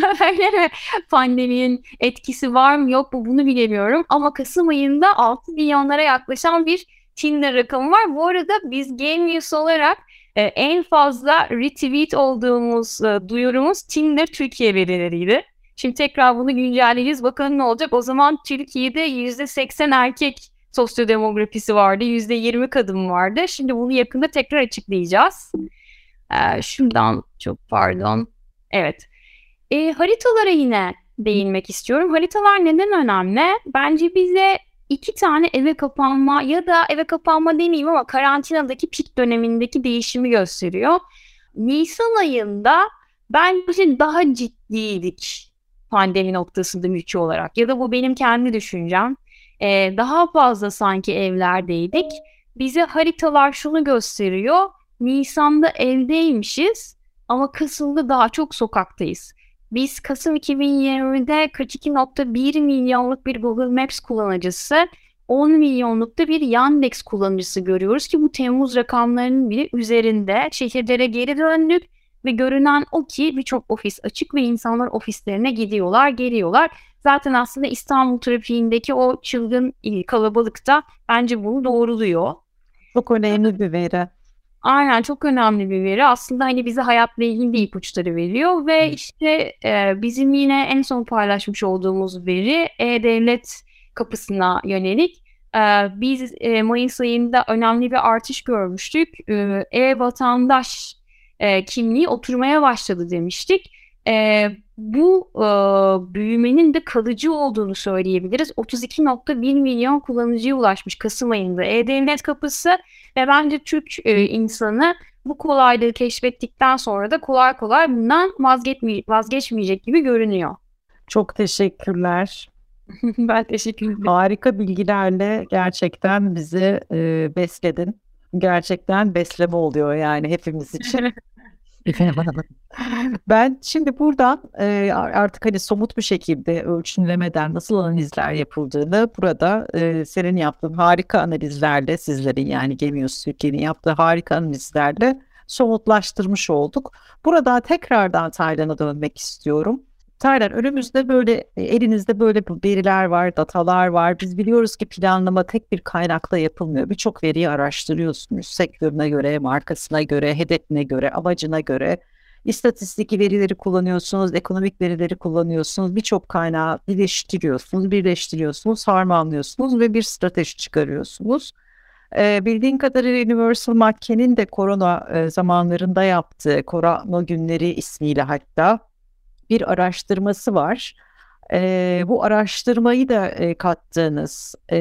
Speaker 2: Pandeminin etkisi var mı yok mu bunu bilemiyorum. Ama Kasım ayında altı milyonlara yaklaşan bir Tinder rakamı var. Bu arada biz Genius olarak e, en fazla retweet olduğumuz e, duyurumuz Tinder Türkiye verileriydi. Şimdi tekrar bunu güncelleyeceğiz. Bakalım ne olacak. O zaman Türkiye'de yüzde seksen erkek sosyodemografisi vardı. yüzde yirmi kadın vardı. Şimdi bunu yakında tekrar açıklayacağız. Ee, şuradan çok pardon. Evet. E, haritalara yine değinmek istiyorum. Haritalar neden önemli? Bence bize iki tane eve kapanma ya da eve kapanma demeyeyim ama karantinadaki pik dönemindeki değişimi gösteriyor. Nisan ayında bence daha ciddiydik pandemi noktasında ülke olarak. Ya da bu benim kendi düşüncem. Ee, daha fazla sanki evlerdeydik. Bize haritalar şunu gösteriyor. Nisan'da evdeymişiz ama Kasım'da daha çok sokaktayız. Biz Kasım iki bin yirmide kırk iki nokta bir milyonluk bir Google Maps kullanıcısı, on milyonlukta bir Yandex kullanıcısı görüyoruz ki bu Temmuz rakamlarının bile üzerinde. Şehirlere geri döndük ve görünen o ki birçok ofis açık ve insanlar ofislerine gidiyorlar, geliyorlar. Zaten aslında İstanbul trafiğindeki o çılgın kalabalık da bence bunu doğruluyor.
Speaker 1: Çok önemli bir veri.
Speaker 2: Aynen, çok önemli bir veri. Aslında hani bize hayatla ilgili de ipuçları veriyor ve işte e, bizim yine en son paylaşmış olduğumuz veri E-Devlet kapısına yönelik. E, biz e, Mayıs ayında önemli bir artış görmüştük. E, E-Vatandaş e, kimliği oturmaya başladı demiştik. E, bu e, büyümenin de kalıcı olduğunu söyleyebiliriz. otuz iki nokta bir milyon kullanıcıya ulaşmış Kasım ayında E-Devlet kapısı ve bence Türk e, insanı bu kolaylığı keşfettikten sonra da kolay kolay bundan vazgeçmey- vazgeçmeyecek gibi görünüyor.
Speaker 1: Çok teşekkürler.
Speaker 2: Ben teşekkür ederim.
Speaker 1: Harika bilgilerle gerçekten bizi e, besledin. Gerçekten besleme oluyor yani hepimiz için. Ben şimdi buradan e, artık hani somut bir şekilde ölçümlemeden nasıl analizler yapıldığını burada e, senin yaptığın harika analizlerle, sizlerin yani Gemius Türkiye'nin yaptığı harika analizlerle somutlaştırmış olduk. Burada tekrardan Taylan'a dönmek istiyorum. Taylan, önümüzde böyle e, elinizde böyle veriler var, datalar var. Biz biliyoruz ki planlama tek bir kaynakla yapılmıyor. Birçok veriyi araştırıyorsunuz. Sektörüne göre, markasına göre, hedefine göre, amacına göre. İstatistik verileri kullanıyorsunuz, ekonomik verileri kullanıyorsunuz. Birçok kaynağı birleştiriyorsunuz, birleştiriyorsunuz, harmanlıyorsunuz ve bir strateji çıkarıyorsunuz. Ee, bildiğin kadarıyla Universal McKinney'nin de korona e, zamanlarında yaptığı, korona günleri ismiyle hatta bir araştırması var. Ee, bu araştırmayı da e, kattığınız, e,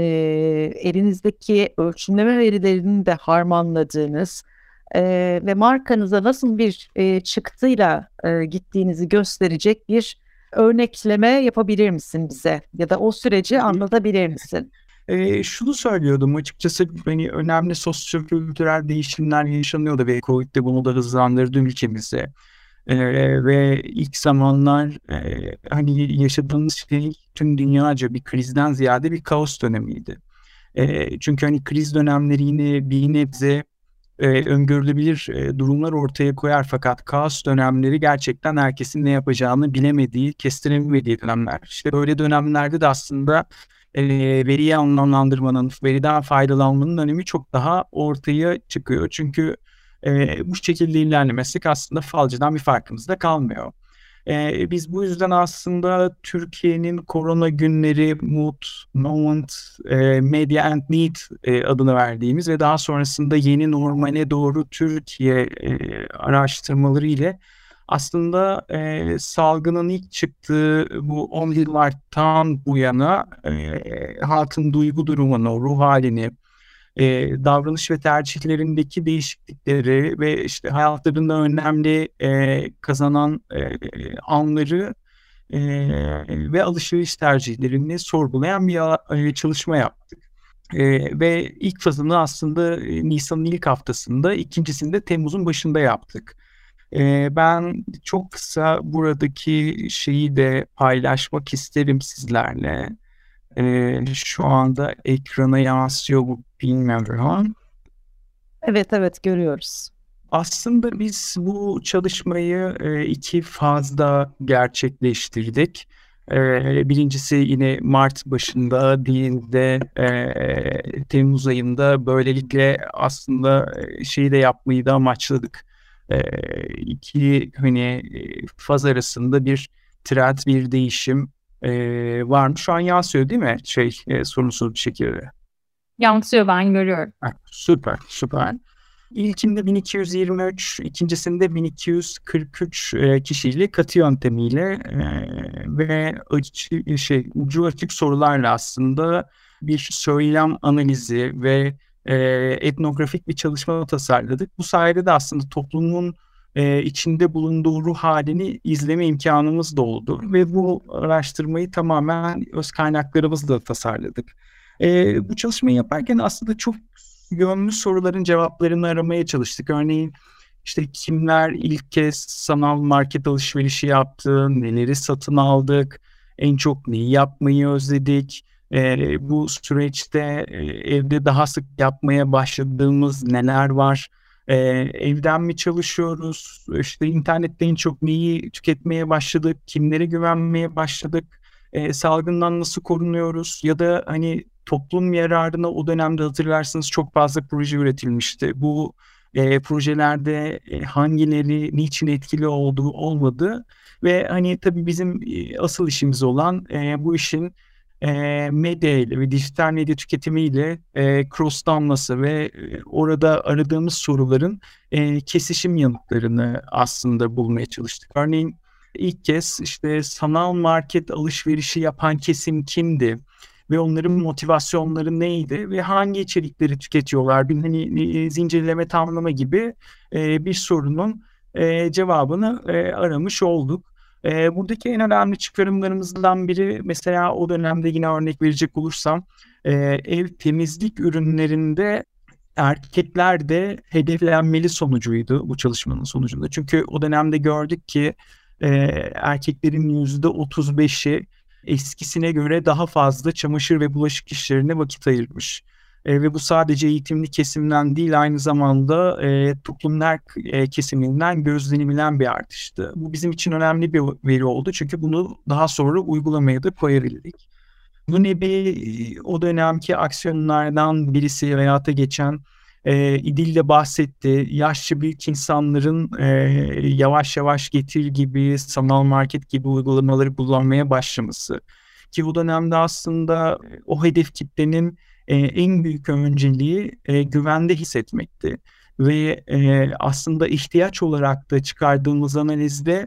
Speaker 1: elinizdeki ölçümleme verilerini de harmanladığınız e, ve markanıza nasıl bir e, çıktıyla e, gittiğinizi gösterecek bir örnekleme yapabilir misin bize? Ya da o süreci anlatabilir misin?
Speaker 3: E, şunu söylüyordum açıkçası, hani önemli sosyo-kültürel değişimler yaşanıyordu ve Covid de bunu da hızlandırdı ülkemizde. Ee, ve ilk zamanlar e, hani yaşadığımız şey tüm dünyaca bir krizden ziyade bir kaos dönemiydi. E, çünkü hani kriz dönemleri yine bir nebze e, öngörülebilir e, durumlar ortaya koyar, fakat kaos dönemleri gerçekten herkesin ne yapacağını bilemediği, kestiremediği dönemler. İşte böyle dönemlerde de aslında e, veriyi anlamlandırmanın, veriden faydalanmanın önemi çok daha ortaya çıkıyor. Çünkü e, bu şekilde ilerlemesek aslında falcıdan bir farkımız da kalmıyor. E, biz bu yüzden aslında Türkiye'nin korona günleri Mood, Moment, e, Media and Need e, adını verdiğimiz ve daha sonrasında yeni normale doğru Türkiye e, araştırmaları ile aslında e, salgının ilk çıktığı bu on Mart'tan bu yana e, halkın duygu durumunu, ruh halini, e, davranış ve tercihlerindeki değişiklikleri ve işte hayatlarında önemli e, kazanan e, anları e, ve alışveriş tercihlerini sorgulayan bir e, çalışma yaptık. E, ve ilk fazını aslında e, Nisan'ın ilk haftasında, ikincisinde Temmuz'un başında yaptık. E, ben çok kısa buradaki şeyi de paylaşmak isterim sizlerle. Ee, şu anda ekrana yansıyor bu, bilmiyorum ama.
Speaker 1: Evet evet, görüyoruz.
Speaker 3: Aslında biz bu çalışmayı e, iki fazda gerçekleştirdik. E, birincisi yine Mart başında, diğerinde e, Temmuz ayında. Böylelikle aslında e, şeyi de yapmayı da amaçladık. E, iki hani e, faz arasında bir trend, bir değişim Ee, var mı? Şu an yansıyor değil mi? Şey e, sorunsuz bir şekilde.
Speaker 2: Yansıyor, ben görüyorum.
Speaker 3: Ha, süper, süper. İlkinde bin iki yüz yirmi üç, ikincisinde bin iki yüz kırk üç e, kişiyle katı yöntemiyle e, ve açı, şey ucu açık sorularla aslında bir söylem analizi ve e, etnografik bir çalışma tasarladık. Bu sayede de aslında toplumun e, içinde bulunduğu ruh halini izleme imkanımız da oldu ve bu araştırmayı tamamen öz kaynaklarımızla tasarladık. E, bu çalışmayı yaparken aslında çok yönlü soruların cevaplarını aramaya çalıştık. Örneğin işte kimler ilk kez sanal market alışverişi yaptı, neleri satın aldık, en çok neyi yapmayı özledik, E, bu süreçte e, evde daha sık yapmaya başladığımız neler var? E, evden mi çalışıyoruz? İşte internetten en çok neyi tüketmeye başladık? Kimlere güvenmeye başladık? E, salgından nasıl korunuyoruz? Ya da hani toplum yararına o dönemde hatırlarsınız çok fazla proje üretilmişti. Bu e, projelerde e, hangileri niçin etkili olduğu olmadı ve hani tabii bizim e, asıl işimiz olan e, bu işin e, medya ile ve dijital medya tüketimiyle e, crosslanması ve e, orada aradığımız soruların e, kesişim yanıtlarını aslında bulmaya çalıştık. Örneğin ilk kez işte sanal market alışverişi yapan kesim kimdi? Ve onların motivasyonları neydi ve hangi içerikleri tüketiyorlar? Bir hani e, zincirleme tamlama gibi e, bir sorunun e, cevabını e, aramış olduk. E, buradaki en önemli çıkarımlarımızdan biri mesela o dönemde yine örnek verecek olursam e, ev temizlik ürünlerinde erkekler de hedeflenmeli sonucuydu bu çalışmanın sonucunda. Çünkü o dönemde gördük ki e, erkeklerin yüzde otuz beşi eskisine göre daha fazla çamaşır ve bulaşık işlerine vakit ayırmış. E, ve bu sadece eğitimli kesimden değil aynı zamanda e, toplumun her e, kesiminden gözlenilen bir artıştı. Bu bizim için önemli bir veri oldu çünkü bunu daha sonra uygulamaya da koyabildik. Bu nebi o dönemki aksiyonlardan birisi hayata geçen e, İdil de bahsetti. Yaşlı büyük insanların e, yavaş yavaş Getir gibi, sanal market gibi uygulamaları kullanmaya başlaması. Ki o dönemde aslında o hedef kitlenin e, en büyük önceliği e, güvende hissetmekti. Ve e, aslında ihtiyaç olarak da çıkardığımız analizde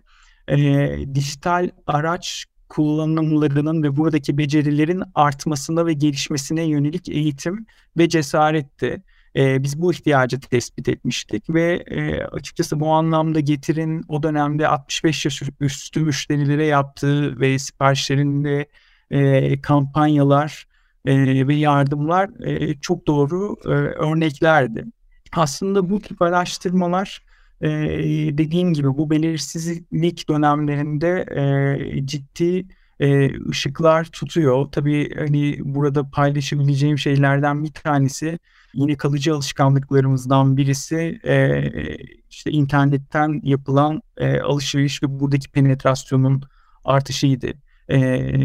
Speaker 3: e, dijital araç kullanımlarının ve buradaki becerilerin artmasına ve gelişmesine yönelik eğitim ve cesaretti. Ee, biz bu ihtiyacı tespit etmiştik ve e, açıkçası bu anlamda Getir'in o dönemde altmış beş yaş üstü müşterilere yaptığı ve siparişlerinde e, kampanyalar e, ve yardımlar e, çok doğru e, örneklerdi. Aslında bu tip araştırmalar Ee, dediğim gibi bu belirsizlik dönemlerinde e, ciddi e, ışıklar tutuyor. Tabii hani burada paylaşabileceğim şeylerden bir tanesi yine kalıcı alışkanlıklarımızdan birisi e, işte internetten yapılan e, alışveriş ve buradaki penetrasyonun artışıydı. E,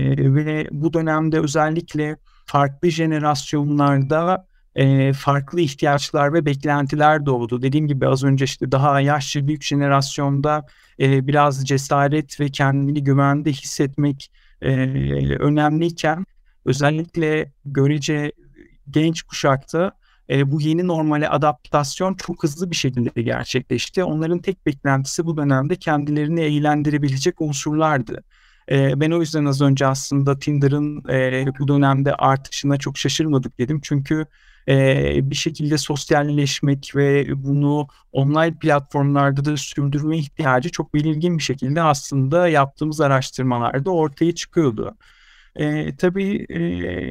Speaker 3: ve bu dönemde özellikle farklı jenerasyonlarda E, farklı ihtiyaçlar ve beklentiler doğdu. Dediğim gibi az önce işte daha yaşlı büyük jenerasyonda e, biraz cesaret ve kendini güvende hissetmek e, önemliyken özellikle görece genç kuşakta e, bu yeni normale adaptasyon çok hızlı bir şekilde gerçekleşti. Onların tek beklentisi bu dönemde kendilerini eğlendirebilecek unsurlardı. E, ben o yüzden az önce aslında Tinder'ın e, bu dönemde artışına çok şaşırmadık dedim. Çünkü Ee, bir şekilde sosyalleşmek ve bunu online platformlarda da sürdürme ihtiyacı çok belirgin bir şekilde aslında yaptığımız araştırmalarda ortaya çıkıyordu. Ee, tabii e,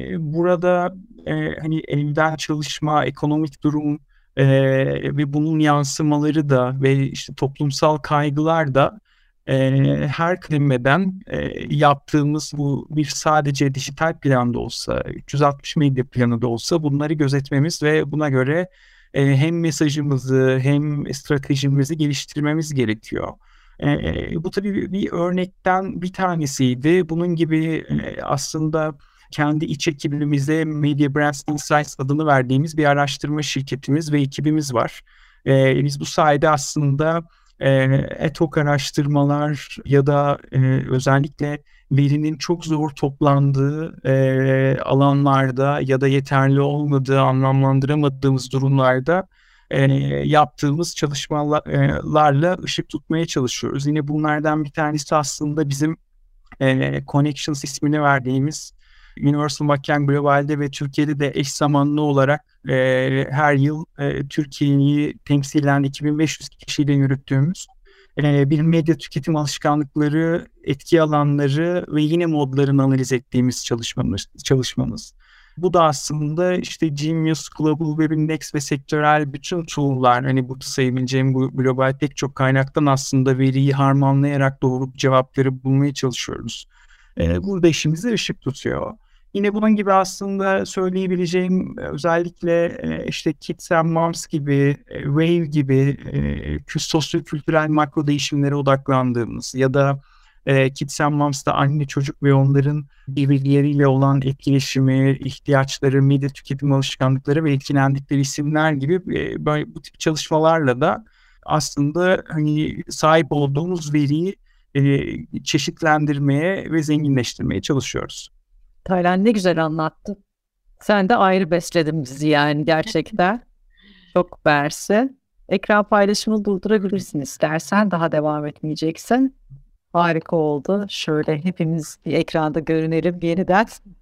Speaker 3: burada e, hani evden çalışma, ekonomik durum e, ve bunun yansımaları da ve işte toplumsal kaygılar da e, her kademeden e, yaptığımız bu bir sadece dijital planda olsa, üç yüz altmış medya planı da olsa bunları gözetmemiz ve buna göre e, hem mesajımızı hem stratejimizi geliştirmemiz gerekiyor. E, bu tabii bir, bir örnekten bir tanesiydi. Bunun gibi e, aslında kendi iç ekibimize Media Brands Insights adını verdiğimiz bir araştırma şirketimiz ve ekibimiz var. E, biz bu sayede aslında ad hoc araştırmalar ya da e, özellikle verinin çok zor toplandığı e, alanlarda ya da yeterli olmadığı, anlamlandıramadığımız durumlarda e, yaptığımız çalışmalarla ışık tutmaya çalışıyoruz. Yine bunlardan bir tanesi aslında bizim e, Connections ismini verdiğimiz Universal McCann Global'de ve Türkiye'de de eş zamanlı olarak e, her yıl e, Türkiye'yi temsilen iki bin beş yüz kişiyle yürüttüğümüz e, bir medya tüketim alışkanlıkları, etki alanları ve yine modlarını analiz ettiğimiz çalışmamız. çalışmamız. Bu da aslında işte Genius, Global Web Index ve sektörel bütün tool'lar, hani burada sayabileceğim bu global pek çok kaynaktan aslında veriyi harmanlayarak doğru cevapları bulmaya çalışıyoruz. Ee, burada işimize ışık tutuyor. Yine bunun gibi aslında söyleyebileceğim özellikle işte Kids and Moms gibi, Wave gibi sosyo-kültürel makro değişimlere odaklandığımız ya da Kids and Moms'ta anne çocuk ve onların birbirleriyle olan etkileşimi, ihtiyaçları, medya tüketim alışkanlıkları ve etkilendikleri isimler gibi böyle bu tip çalışmalarla da aslında hani sahip olduğumuz veriyi çeşitlendirmeye ve zenginleştirmeye çalışıyoruz.
Speaker 1: Taylan ne güzel anlattın. Sen de ayrı besledin bizi yani gerçekten. Çok verse. Ekran paylaşımını durdurabilirsin istersen. Daha devam etmeyeceksin. Harika oldu. Şöyle hepimiz bir ekranda görünelim yeniden.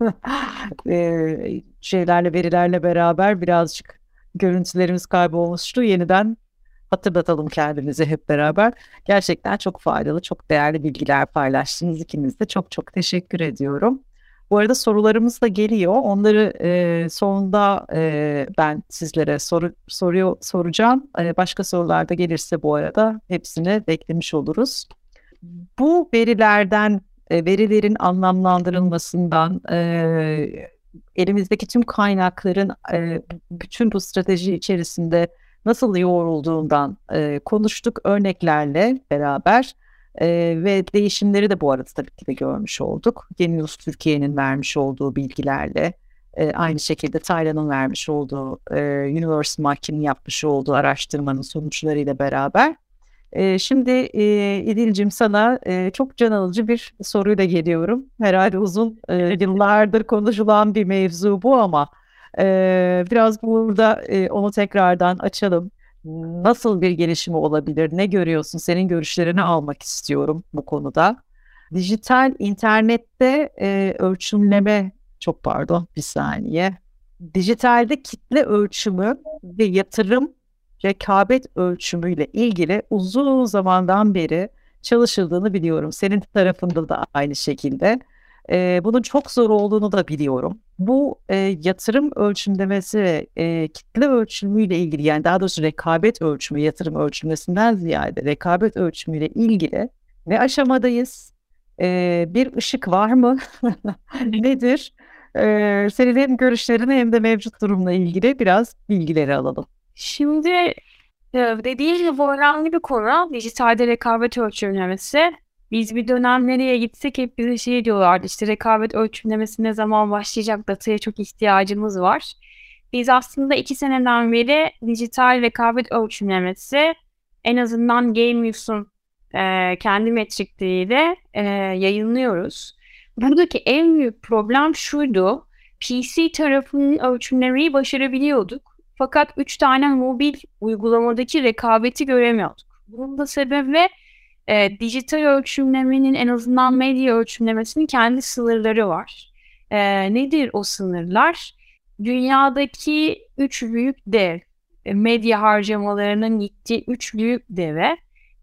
Speaker 1: ee, şeylerle, verilerle beraber birazcık görüntülerimiz kaybolmuştu. Yeniden hatırlatalım kendimizi hep beraber. Gerçekten çok faydalı, çok değerli bilgiler paylaştınız ikiniz de. Çok çok teşekkür ediyorum. Bu arada sorularımız da geliyor. Onları e, sonunda e, ben sizlere soru soruyor soracağım. E, başka sorular da gelirse bu arada hepsini beklemiş oluruz. Bu verilerden, e, verilerin anlamlandırılmasından, e, elimizdeki tüm kaynakların e, bütün bu strateji içerisinde nasıl yoğrulduğundan e, konuştuk örneklerle beraber. Ee, ve değişimleri de bu arada tabii ki de görmüş olduk. Genius Türkiye'nin vermiş olduğu bilgilerle, e, aynı şekilde Taylan'ın vermiş olduğu, e, Universe Market'in yapmış olduğu araştırmanın sonuçlarıyla beraber. E, şimdi e, İdil'cim sana e, çok can alıcı bir soruyla geliyorum. Herhalde uzun e, yıllardır konuşulan bir mevzu bu ama e, biraz burada e, onu tekrardan açalım. Nasıl bir gelişimi olabilir? Ne görüyorsun? Senin görüşlerini almak istiyorum bu konuda. Dijital internette e, ölçümleme, çok pardon bir saniye. Dijitalde kitle ölçümü ve yatırım rekabet ölçümüyle ilgili uzun zamandan beri çalışıldığını biliyorum. Senin tarafında da aynı şekilde. E, bunun çok zor olduğunu da biliyorum. Bu e, yatırım ölçümlemesi ve e, kitle ölçümüyle ilgili, yani daha doğrusu rekabet ölçümü, yatırım ölçümlesinden ziyade rekabet ölçümüyle ilgili ne aşamadayız? E, bir ışık var mı? Nedir? E, senin hem görüşlerini hem de mevcut durumla ilgili biraz bilgileri alalım.
Speaker 2: Şimdi dediğim gibi bu önemli bir konu. Dijitalde rekabet ölçümlemesi. Biz bir dönem nereye gitsek hep bize şey diyorlardı, işte rekabet ölçümlemesi ne zaman başlayacak, dataya çok ihtiyacımız var. Biz aslında iki seneden beri dijital rekabet ölçümlemesi en azından Gamius'un e, kendi metrikleriyle e, yayınlıyoruz. Buradaki en büyük problem şuydu, P C tarafının ölçümlemeyi başarabiliyorduk. Fakat üç tane mobil uygulamadaki rekabeti göremiyorduk. Bunun da sebebi E, dijital ölçümlemenin, en azından medya ölçümlemesinin kendi sınırları var. E, nedir o sınırlar? Dünyadaki üç büyük dev, e, medya harcamalarının gittiği üç büyük deve,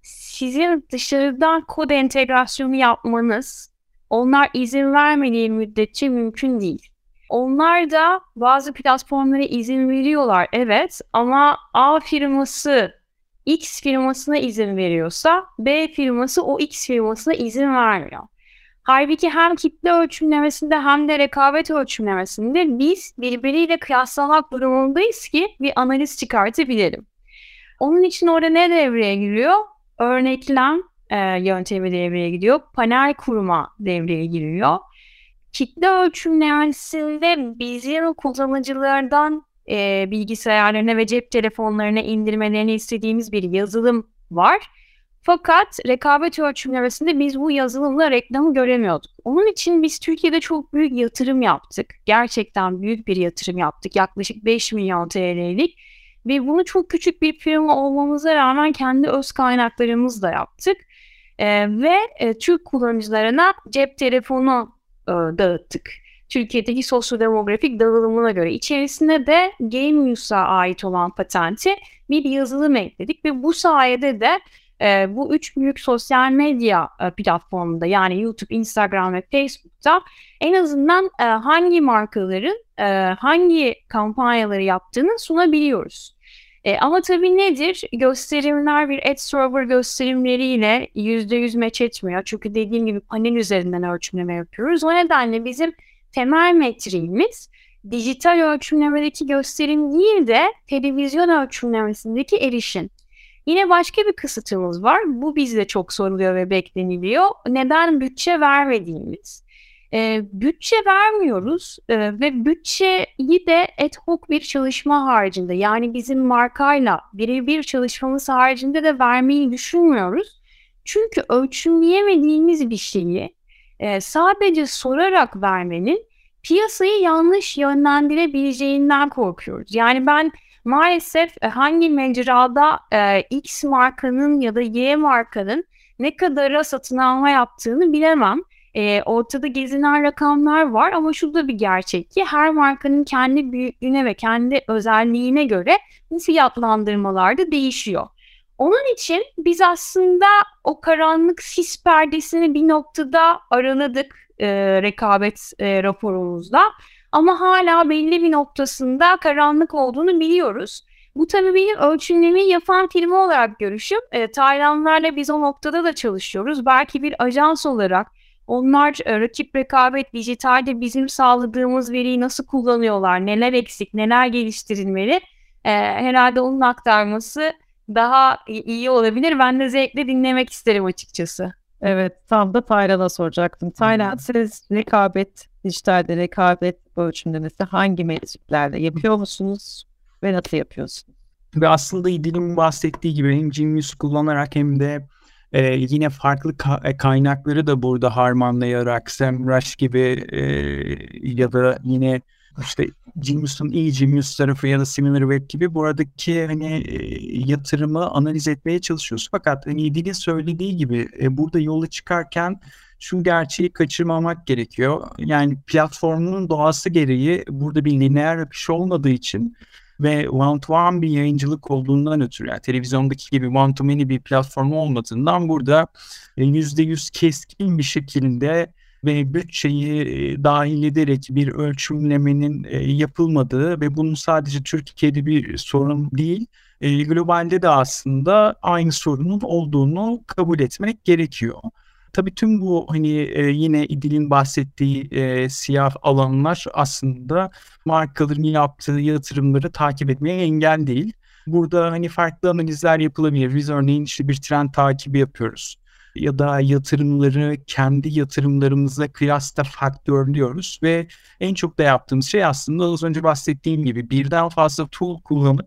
Speaker 2: sizin dışarıdan kod entegrasyonu yapmanız, onlar izin vermediği müddetçe mümkün değil. Onlar da bazı platformlara izin veriyorlar, evet, ama A firması X firmasına izin veriyorsa B firması o X firmasına izin vermiyor. Halbuki hem kitle ölçümlemesinde hem de rekabet ölçümlemesinde biz birbiriyle kıyaslamak durumundayız ki bir analiz çıkartabilelim. Onun için orada ne devreye giriyor? Örneklem e, yöntemi devreye giriyor. Panel kurma devreye giriyor. Kitle ölçümlemesinde bizim kullanıcılardan E, bilgisayarlarına ve cep telefonlarına indirmelerini istediğimiz bir yazılım var. Fakat rekabet ölçümlemesinde biz bu yazılımla reklamı göremiyorduk. Onun için biz Türkiye'de çok büyük yatırım yaptık. Gerçekten büyük bir yatırım yaptık. Yaklaşık beş milyon T L'lik. Ve bunu çok küçük bir firma olmamıza rağmen kendi öz kaynaklarımızla yaptık. E, ve e, Türk kullanıcılarına cep telefonu e, dağıttık. Türkiye'deki sosyodemografik dağılımına göre içerisinde de Gamius'a ait olan patenti bir yazılım ekledik ve bu sayede de e, bu üç büyük sosyal medya e, platformunda, yani YouTube, Instagram ve Facebook'ta en azından e, hangi markaların e, hangi kampanyaları yaptığını sunabiliyoruz. E, ama tabii nedir? Gösterimler bir ad server gösterimleriyle yüzde yüz match etmiyor. Çünkü dediğim gibi panel üzerinden ölçümleme yapıyoruz. O nedenle bizim temel metriğimiz dijital ölçümlemedeki gösterim değil de televizyon ölçümlemesindeki erişim. Yine başka bir kısıtımız var. Bu bizde çok soruluyor ve bekleniliyor. Neden bütçe vermediğimiz? E, bütçe vermiyoruz e, ve bütçeyi de ad hoc bir çalışma haricinde, yani bizim markayla birebir çalışmamız haricinde de vermeyi düşünmüyoruz. Çünkü ölçümleyemediğimiz bir şeyi e, sadece sorarak vermenin piyasayı yanlış yönlendirebileceğinden korkuyoruz. Yani ben maalesef hangi mecrada e, X markanın ya da Y markanın ne kadara satın alma yaptığını bilemem. E, ortada gezinen rakamlar var ama şu da bir gerçek ki her markanın kendi büyüklüğüne ve kendi özelliğine göre bu fiyatlandırmalar da değişiyor. Onun için biz aslında o karanlık sis perdesini bir noktada araladık e, rekabet e, raporumuzda. Ama hala belli bir noktasında karanlık olduğunu biliyoruz. Bu tabii benim ölçümlemeyi yapan firma olarak görüşüm. E, Taylandlarla biz o noktada da çalışıyoruz. Belki bir ajans olarak onlar e, rakip rekabet dijitalde bizim sağladığımız veriyi nasıl kullanıyorlar, neler eksik, neler geliştirilmeli, e, herhalde onun aktarması daha iyi olabilir. Ben de zevkle dinlemek isterim açıkçası.
Speaker 1: Evet, tam da Tayland'a soracaktım. Tayland, siz rekabet, dijitalde rekabet ölçümlemesi hangi metriklerle yapıyor musunuz ve nasıl yapıyorsunuz?
Speaker 3: Ve aslında İdil'in bahsettiği gibi hem Genius kullanarak hem de e, yine farklı ka- kaynakları da burada harmanlayarak SEMrush gibi e, ya da yine işte Genius'un iyi Genius tarafı ya da SimilarWeb gibi buradaki hani e, yatırımı analiz etmeye çalışıyoruz. Fakat hani İdil'in söylediği gibi e, burada yola çıkarken şu gerçeği kaçırmamak gerekiyor. Yani platformunun doğası gereği burada bir lineer akış olmadığı için ve one to one bir yayıncılık olduğundan ötürü, yani televizyondaki gibi one to many bir platform olmadığından burada yüzde yüz keskin bir şekilde ve bütçeyi e, dahil ederek bir ölçümlemenin e, yapılmadığı ve bunun sadece Türkiye'de bir sorun değil, e, globalde de aslında aynı sorunun olduğunu kabul etmek gerekiyor. Tabii tüm bu hani e, yine İdil'in bahsettiği e, siyah alanlar aslında markaların yaptığı yatırımları takip etmeye engel değil. Burada hani farklı analizler yapılabilir. Biz örneğin işte bir trend takibi yapıyoruz. Ya da yatırımları kendi yatırımlarımızla kıyasla faktörlüyoruz ve en çok da yaptığımız şey aslında az önce bahsettiğim gibi birden fazla tool kullanıp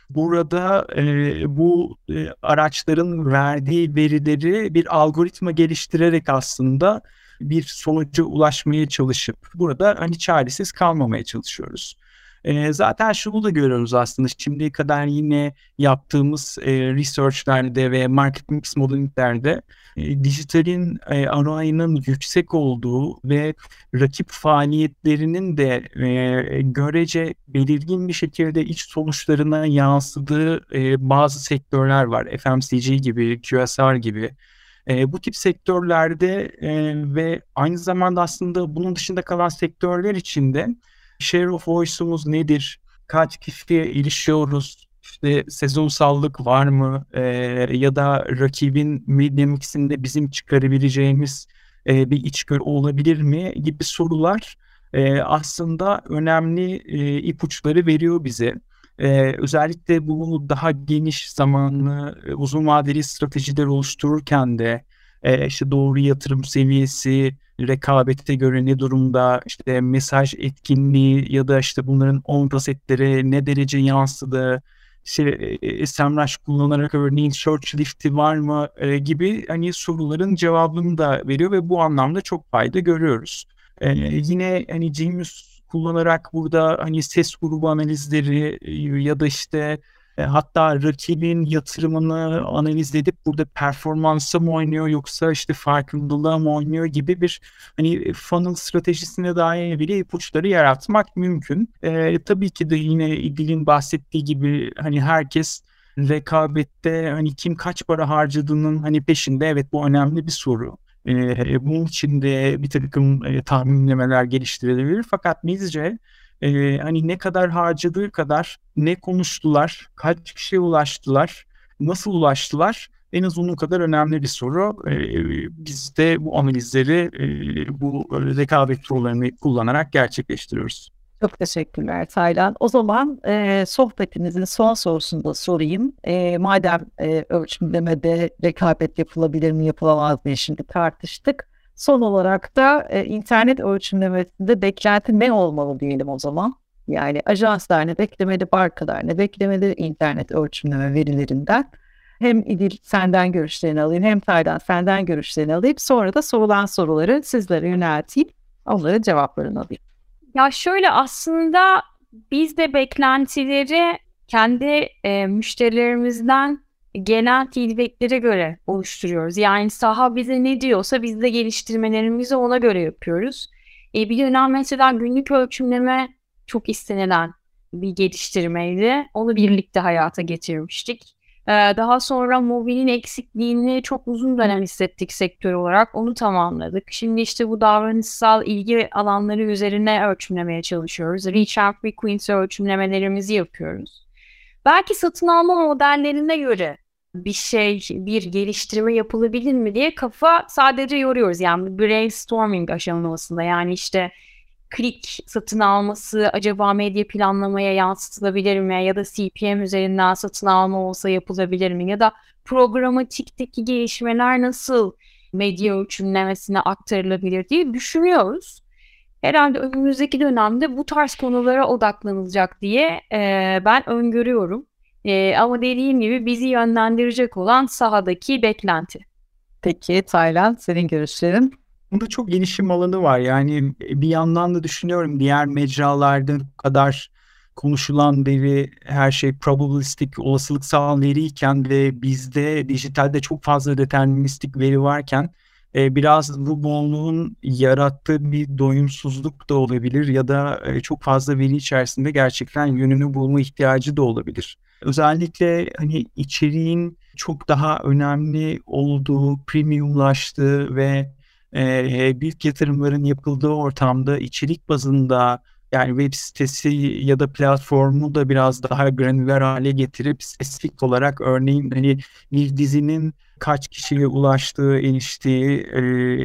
Speaker 3: burada e, bu e, araçların verdiği verileri bir algoritma geliştirerek aslında bir sonuca ulaşmaya çalışıp burada hani çaresiz kalmamaya çalışıyoruz. E, zaten şunu da görüyoruz aslında şimdiye kadar yine yaptığımız e, researchlerde ve market mix modelinglerde e, dijitalin e, R O I'nin yüksek olduğu ve rakip faaliyetlerinin de e, görece belirgin bir şekilde iç sonuçlarına yansıdığı e, bazı sektörler var. F M C G gibi, Q S R gibi. E, bu tip sektörlerde e, ve aynı zamanda aslında bunun dışında kalan sektörler içinde share of voice'umuz nedir? Kaç kişiye erişiyoruz? İşte sezonsallık var mı? Ee, ya da rakibin medya mixinde bizim çıkarabileceğimiz e, bir içgörü olabilir mi? Gibi sorular e, aslında önemli e, ipuçları veriyor bize. Ee, özellikle bu daha geniş zamanlı, e, uzun vadeli stratejiler oluştururken de e, işte doğru yatırım seviyesi, rekabete göre ne durumda, işte mesaj etkinliği ya da işte bunların on kasetlere ne derece yansıdı, işte e, SEMrush kullanarak örneğin search lift'i var mı e, gibi hani soruların cevabını da veriyor ve bu anlamda çok fayda görüyoruz. E, yine hani Genius kullanarak burada hani ses grubu analizleri e, ya da işte e, hatta rakibin yatırımını analiz edip burada performansa mı oynuyor yoksa işte farkındalığa mı oynuyor gibi bir hani funnel stratejisine dair bile ipuçları yaratmak mümkün. E, tabii ki de yine İdil'in bahsettiği gibi hani herkes rekabette hani kim kaç para harcadığının hani peşinde, evet bu önemli bir soru. E, bunun için de bir takım e, tahminlemeler geliştirilebilir fakat bizce Ee, hani ne kadar harcadığı kadar ne konuştular, kaç kişiye ulaştılar, nasıl ulaştılar en az onun kadar önemli bir soru. E, biz de bu analizleri e, bu rekabet tool'larını kullanarak gerçekleştiriyoruz.
Speaker 1: Çok teşekkürler Taylan. O zaman e, sohbetimizin son sorusunu da sorayım. E, madem e, ölçümlemede rekabet yapılabilir mi yapılamaz mı şimdi tartıştık. Son olarak da e, internet ölçümlemesinde beklenti ne olmalı diyelim o zaman. Yani ajanslar ne beklemeli, markalar ne beklemeli internet ölçümleme verilerinden. Hem İdil senden görüşlerini alayım hem Taylan senden görüşlerini alayım. Sonra da sorulan soruları sizlere yönelteyim. Onların cevaplarını alayım.
Speaker 2: Ya şöyle aslında biz de beklentileri kendi e, müşterilerimizden gelen feedbacklere göre oluşturuyoruz. Yani saha bize ne diyorsa biz de geliştirmelerimizi ona göre yapıyoruz. E, bir dönem mesela günlük ölçümleme çok istenilen bir geliştirmeydi. Onu birlikte hayata geçirmiştik. Ee, daha sonra mobilin eksikliğini çok uzun dönem hissettik sektör olarak. Onu tamamladık. Şimdi işte bu davranışsal ilgi alanları üzerine ölçümlemeye çalışıyoruz. Reach and frequency ölçümlemelerimizi yapıyoruz. Belki satın alma modellerine göre bir şey, bir geliştirme yapılabilir mi diye kafa sadece yoruyoruz. Yani brainstorming aşamasında yani işte klik satın alması acaba medya planlamaya yansıtılabilir mi? Ya da C P M üzerinden satın alma olsa yapılabilir mi? Ya da programatikteki gelişmeler nasıl medya ölçümlemesine aktarılabilir diye düşünüyoruz. Herhalde önümüzdeki dönemde bu tarz konulara odaklanılacak diye e, ben öngörüyorum. E, ama dediğim gibi bizi yönlendirecek olan sahadaki beklenti.
Speaker 1: Peki Taylan senin görüşlerin?
Speaker 3: Bunda çok gelişim alanı var. Yani bir yandan da düşünüyorum diğer mecralarda bu kadar konuşulan veri, her şey probabilistik, olasılıksal veriyken ve bizde dijitalde çok fazla deterministik veri varken e, biraz bu bolluğun yarattığı bir doyumsuzluk da olabilir ya da e, çok fazla veri içerisinde gerçekten yönünü bulma ihtiyacı da olabilir. Özellikle hani içeriğin çok daha önemli olduğu, premiumlaştığı ve Ee, büyük yatırımların yapıldığı ortamda içerik bazında yani web sitesi ya da platformu da biraz daha granüler hale getirip spesifik olarak örneğin hani bir dizinin kaç kişiye ulaştığı, eriştiği e,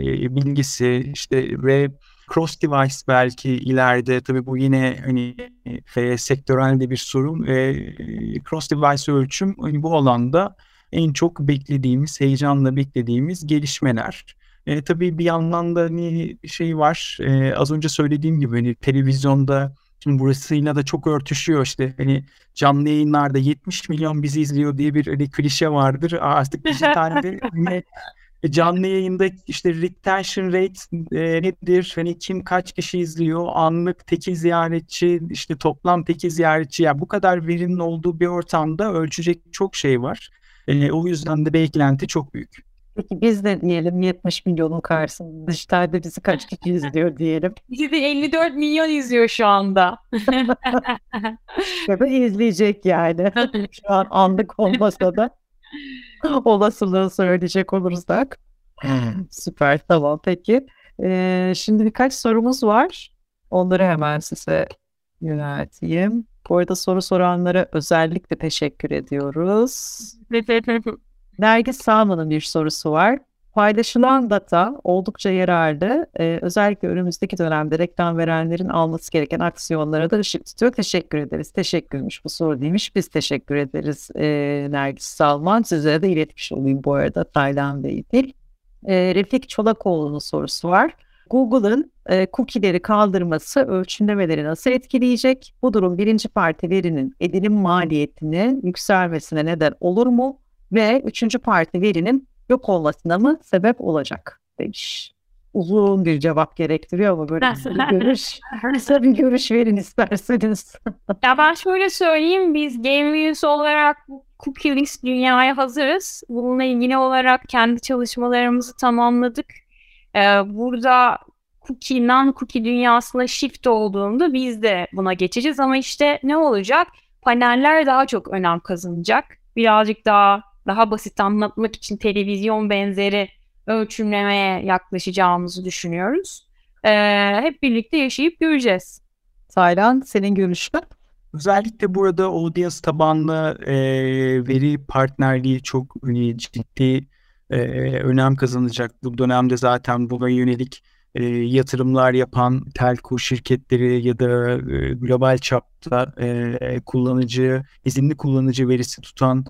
Speaker 3: bilgisi işte ve cross device belki ileride tabii bu yine hani e, sektörel de bir sorun ve e, cross device ölçüm hani bu alanda en çok beklediğimiz, heyecanla beklediğimiz gelişmeler. E, tabii bir yandan da hani şey var e, az önce söylediğim gibi hani televizyonda şimdi burasıyla da çok örtüşüyor işte hani canlı yayınlarda yetmiş milyon bizi izliyor diye bir hani klişe vardır artık dijitalde hani canlı yayında işte retention rate e, nedir hani kim kaç kişi izliyor anlık tekil ziyaretçi işte toplam tekil ziyaretçi yani bu kadar verinin olduğu bir ortamda ölçecek çok şey var e, o yüzden de beklenti çok büyük.
Speaker 1: Peki biz de diyelim yetmiş milyonun karşısında dijitalde bizi kaç kişi izliyor diyelim.
Speaker 2: Bizi de elli dört milyon izliyor şu anda.
Speaker 1: Ya da izleyecek yani. Şu an anlık olmasa da olasılığı söyleyecek olursak. Süper tamam peki. Ee, şimdi birkaç sorumuz var. Onları hemen size yönelteyim. Bu arada soru soranlara özellikle teşekkür ediyoruz. Nergis Salman'ın bir sorusu var. Paylaşılan data oldukça yararlı. Ee, özellikle önümüzdeki dönemde reklam verenlerin alması gereken aksiyonlara da ışık tutuyor. Teşekkür ederiz. Teşekkürmüş bu soru değilmiş. Biz teşekkür ederiz e, Nergis Salman. Sizlere de iletmiş olayım bu arada Taylan Bey değil. E, Refik Çolakoğlu'nun sorusu var. Google'ın e, cookie'leri kaldırması ölçümlemeleri nasıl etkileyecek? Bu durum birinci parti verinin edinim maliyetinin yükselmesine neden olur mu? Ve üçüncü parti verinin yok olmasına mı sebep olacak demiş. Uzun bir cevap gerektiriyor ama böyle bir görüş. Kısa bir görüş verin isterseniz.
Speaker 2: Ya ben şöyle söyleyeyim, biz GameViews olarak cookie list dünyaya hazırız. Bununla ilgili olarak kendi çalışmalarımızı tamamladık. Ee, burada cookie, non-cookie dünyasına shift olduğunda biz de buna geçeceğiz ama işte ne olacak? Paneller daha çok önem kazanacak. Birazcık daha daha basit anlatmak için televizyon benzeri ölçümlemeye yaklaşacağımızı düşünüyoruz. Ee, hep birlikte yaşayıp göreceğiz.
Speaker 1: Taylan senin görüşün?
Speaker 3: Özellikle burada audience tabanlı e, veri partnerliği çok hani, ciddi e, önem kazanacak. Bu dönemde zaten buna yönelik e, yatırımlar yapan telco şirketleri ya da e, global çapta e, kullanıcı, izinli kullanıcı verisi tutan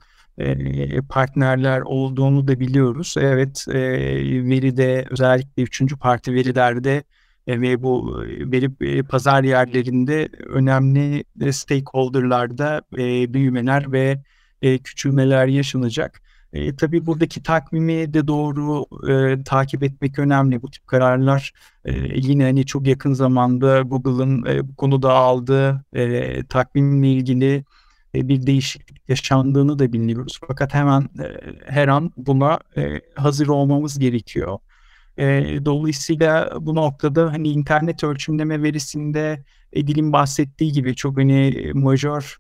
Speaker 3: e, partnerler olduğunu da biliyoruz. Evet, e, veride özellikle üçüncü parti verilerde e, ve bu veri e, pazar yerlerinde önemli e, stakeholder'larda e, büyümeler ve e, küçülmeler yaşanacak. E, tabii buradaki takvimi de doğru e, takip etmek önemli. Bu tip kararlar e, yine hani çok yakın zamanda Google'ın e, bu konuda aldığı e, takvimle ilgili e, bir değişiklik yaşandığını da biliyoruz. Fakat hemen e, her an buna e, hazır olmamız gerekiyor. E, dolayısıyla bu noktada hani internet ölçümleme verisinde Edil'in bahsettiği gibi çok hani majör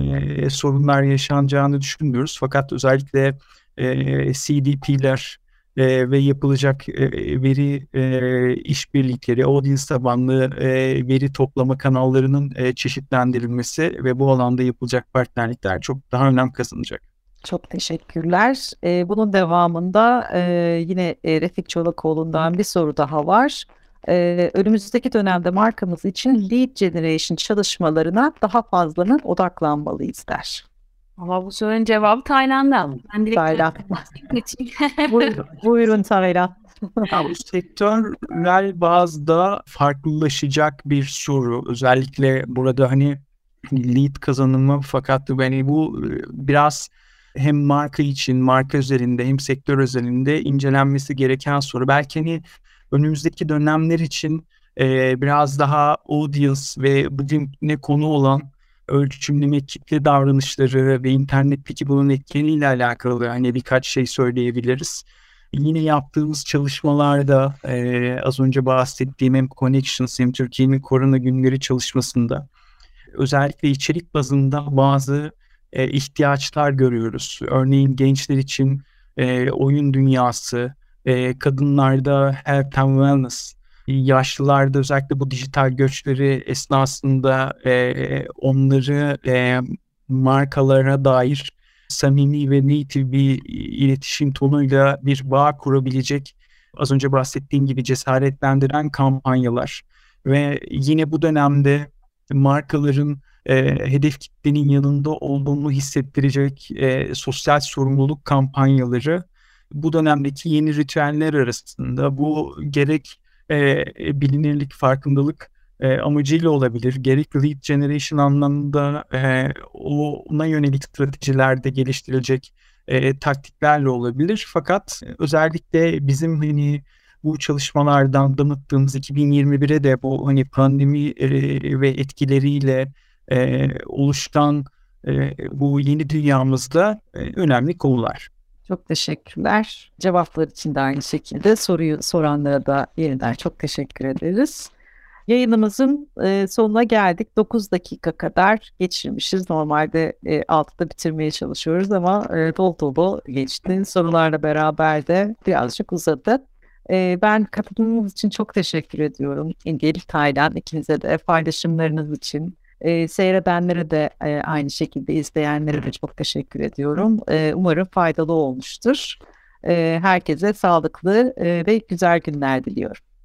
Speaker 3: e, sorunlar yaşanacağını düşünmüyoruz. Fakat özellikle e, C D P'ler e, ve yapılacak e, veri e, işbirlikleri, audience tabanlı e, veri toplama kanallarının e, çeşitlendirilmesi ve bu alanda yapılacak partnerlikler çok daha önem kazanacak.
Speaker 1: Çok teşekkürler. Ee, bunun devamında e, yine e, Refik Çolakoğlu'ndan bir soru daha var. Ee, önümüzdeki dönemde markamız için lead generation çalışmalarına daha fazla mı odaklanmalıyız der.
Speaker 2: Ama bu sorunun cevabı Tayland'dan. Ben direkt
Speaker 1: Tayland.
Speaker 2: geçeyim.
Speaker 1: Buyurun, buyurun Tayland.
Speaker 3: Ya, bu sektörel bazda farklılaşacak bir soru. Özellikle burada hani lead kazanımı fakat hani bu biraz hem marka için, marka üzerinde hem sektör özelinde incelenmesi gereken soru. Belki hani önümüzdeki dönemler için e, biraz daha audience ve bugün ne konu olan ölçümleme kitle davranışları ve internetteki bunun etkileriyle alakalı hani birkaç şey söyleyebiliriz. Yine yaptığımız çalışmalarda e, az önce bahsettiğim hem Connections hem Türkiye'nin korona günleri çalışmasında özellikle içerik bazında bazı e, ihtiyaçlar görüyoruz. Örneğin gençler için e, oyun dünyası, e, kadınlarda health and wellness, yaşlılarda özellikle bu dijital göçleri esnasında e, onları e, markalarına dair samimi ve native bir iletişim tonuyla bir bağ kurabilecek, az önce bahsettiğim gibi cesaretlendiren kampanyalar ve yine bu dönemde markaların e, hedef kitlenin yanında olduğunu hissettirecek e, sosyal sorumluluk kampanyaları bu dönemdeki yeni ritüeller arasında. Bu gerek e, bilinirlik, farkındalık e, amacıyla olabilir, gerek lead generation anlamında e, ona yönelik stratejilerde geliştirilecek e, taktiklerle olabilir. Fakat özellikle bizim hani bu çalışmalardan damıttığımız iki bin yirmi bire de bu hani pandemi e, ve etkileriyle e, oluşan e, bu yeni dünyamızda e, önemli konular.
Speaker 1: Çok teşekkürler. Cevaplar için de aynı şekilde soruyu soranlara da yeniden çok teşekkür ederiz. Yayınımızın e, sonuna geldik. dokuz dakika kadar geçirmişiz. Normalde e, altıda bitirmeye çalışıyoruz ama e, dolu dolu geçti. Sorularla beraber de birazcık uzadı. E, ben katıldığınız için çok teşekkür ediyorum. İngil, Taylan ikinize de paylaşımlarınız için. E, seyredenlere de e, aynı şekilde izleyenlere de çok teşekkür ediyorum. E, umarım faydalı olmuştur. E, herkese sağlıklı e, ve güzel günler diliyorum.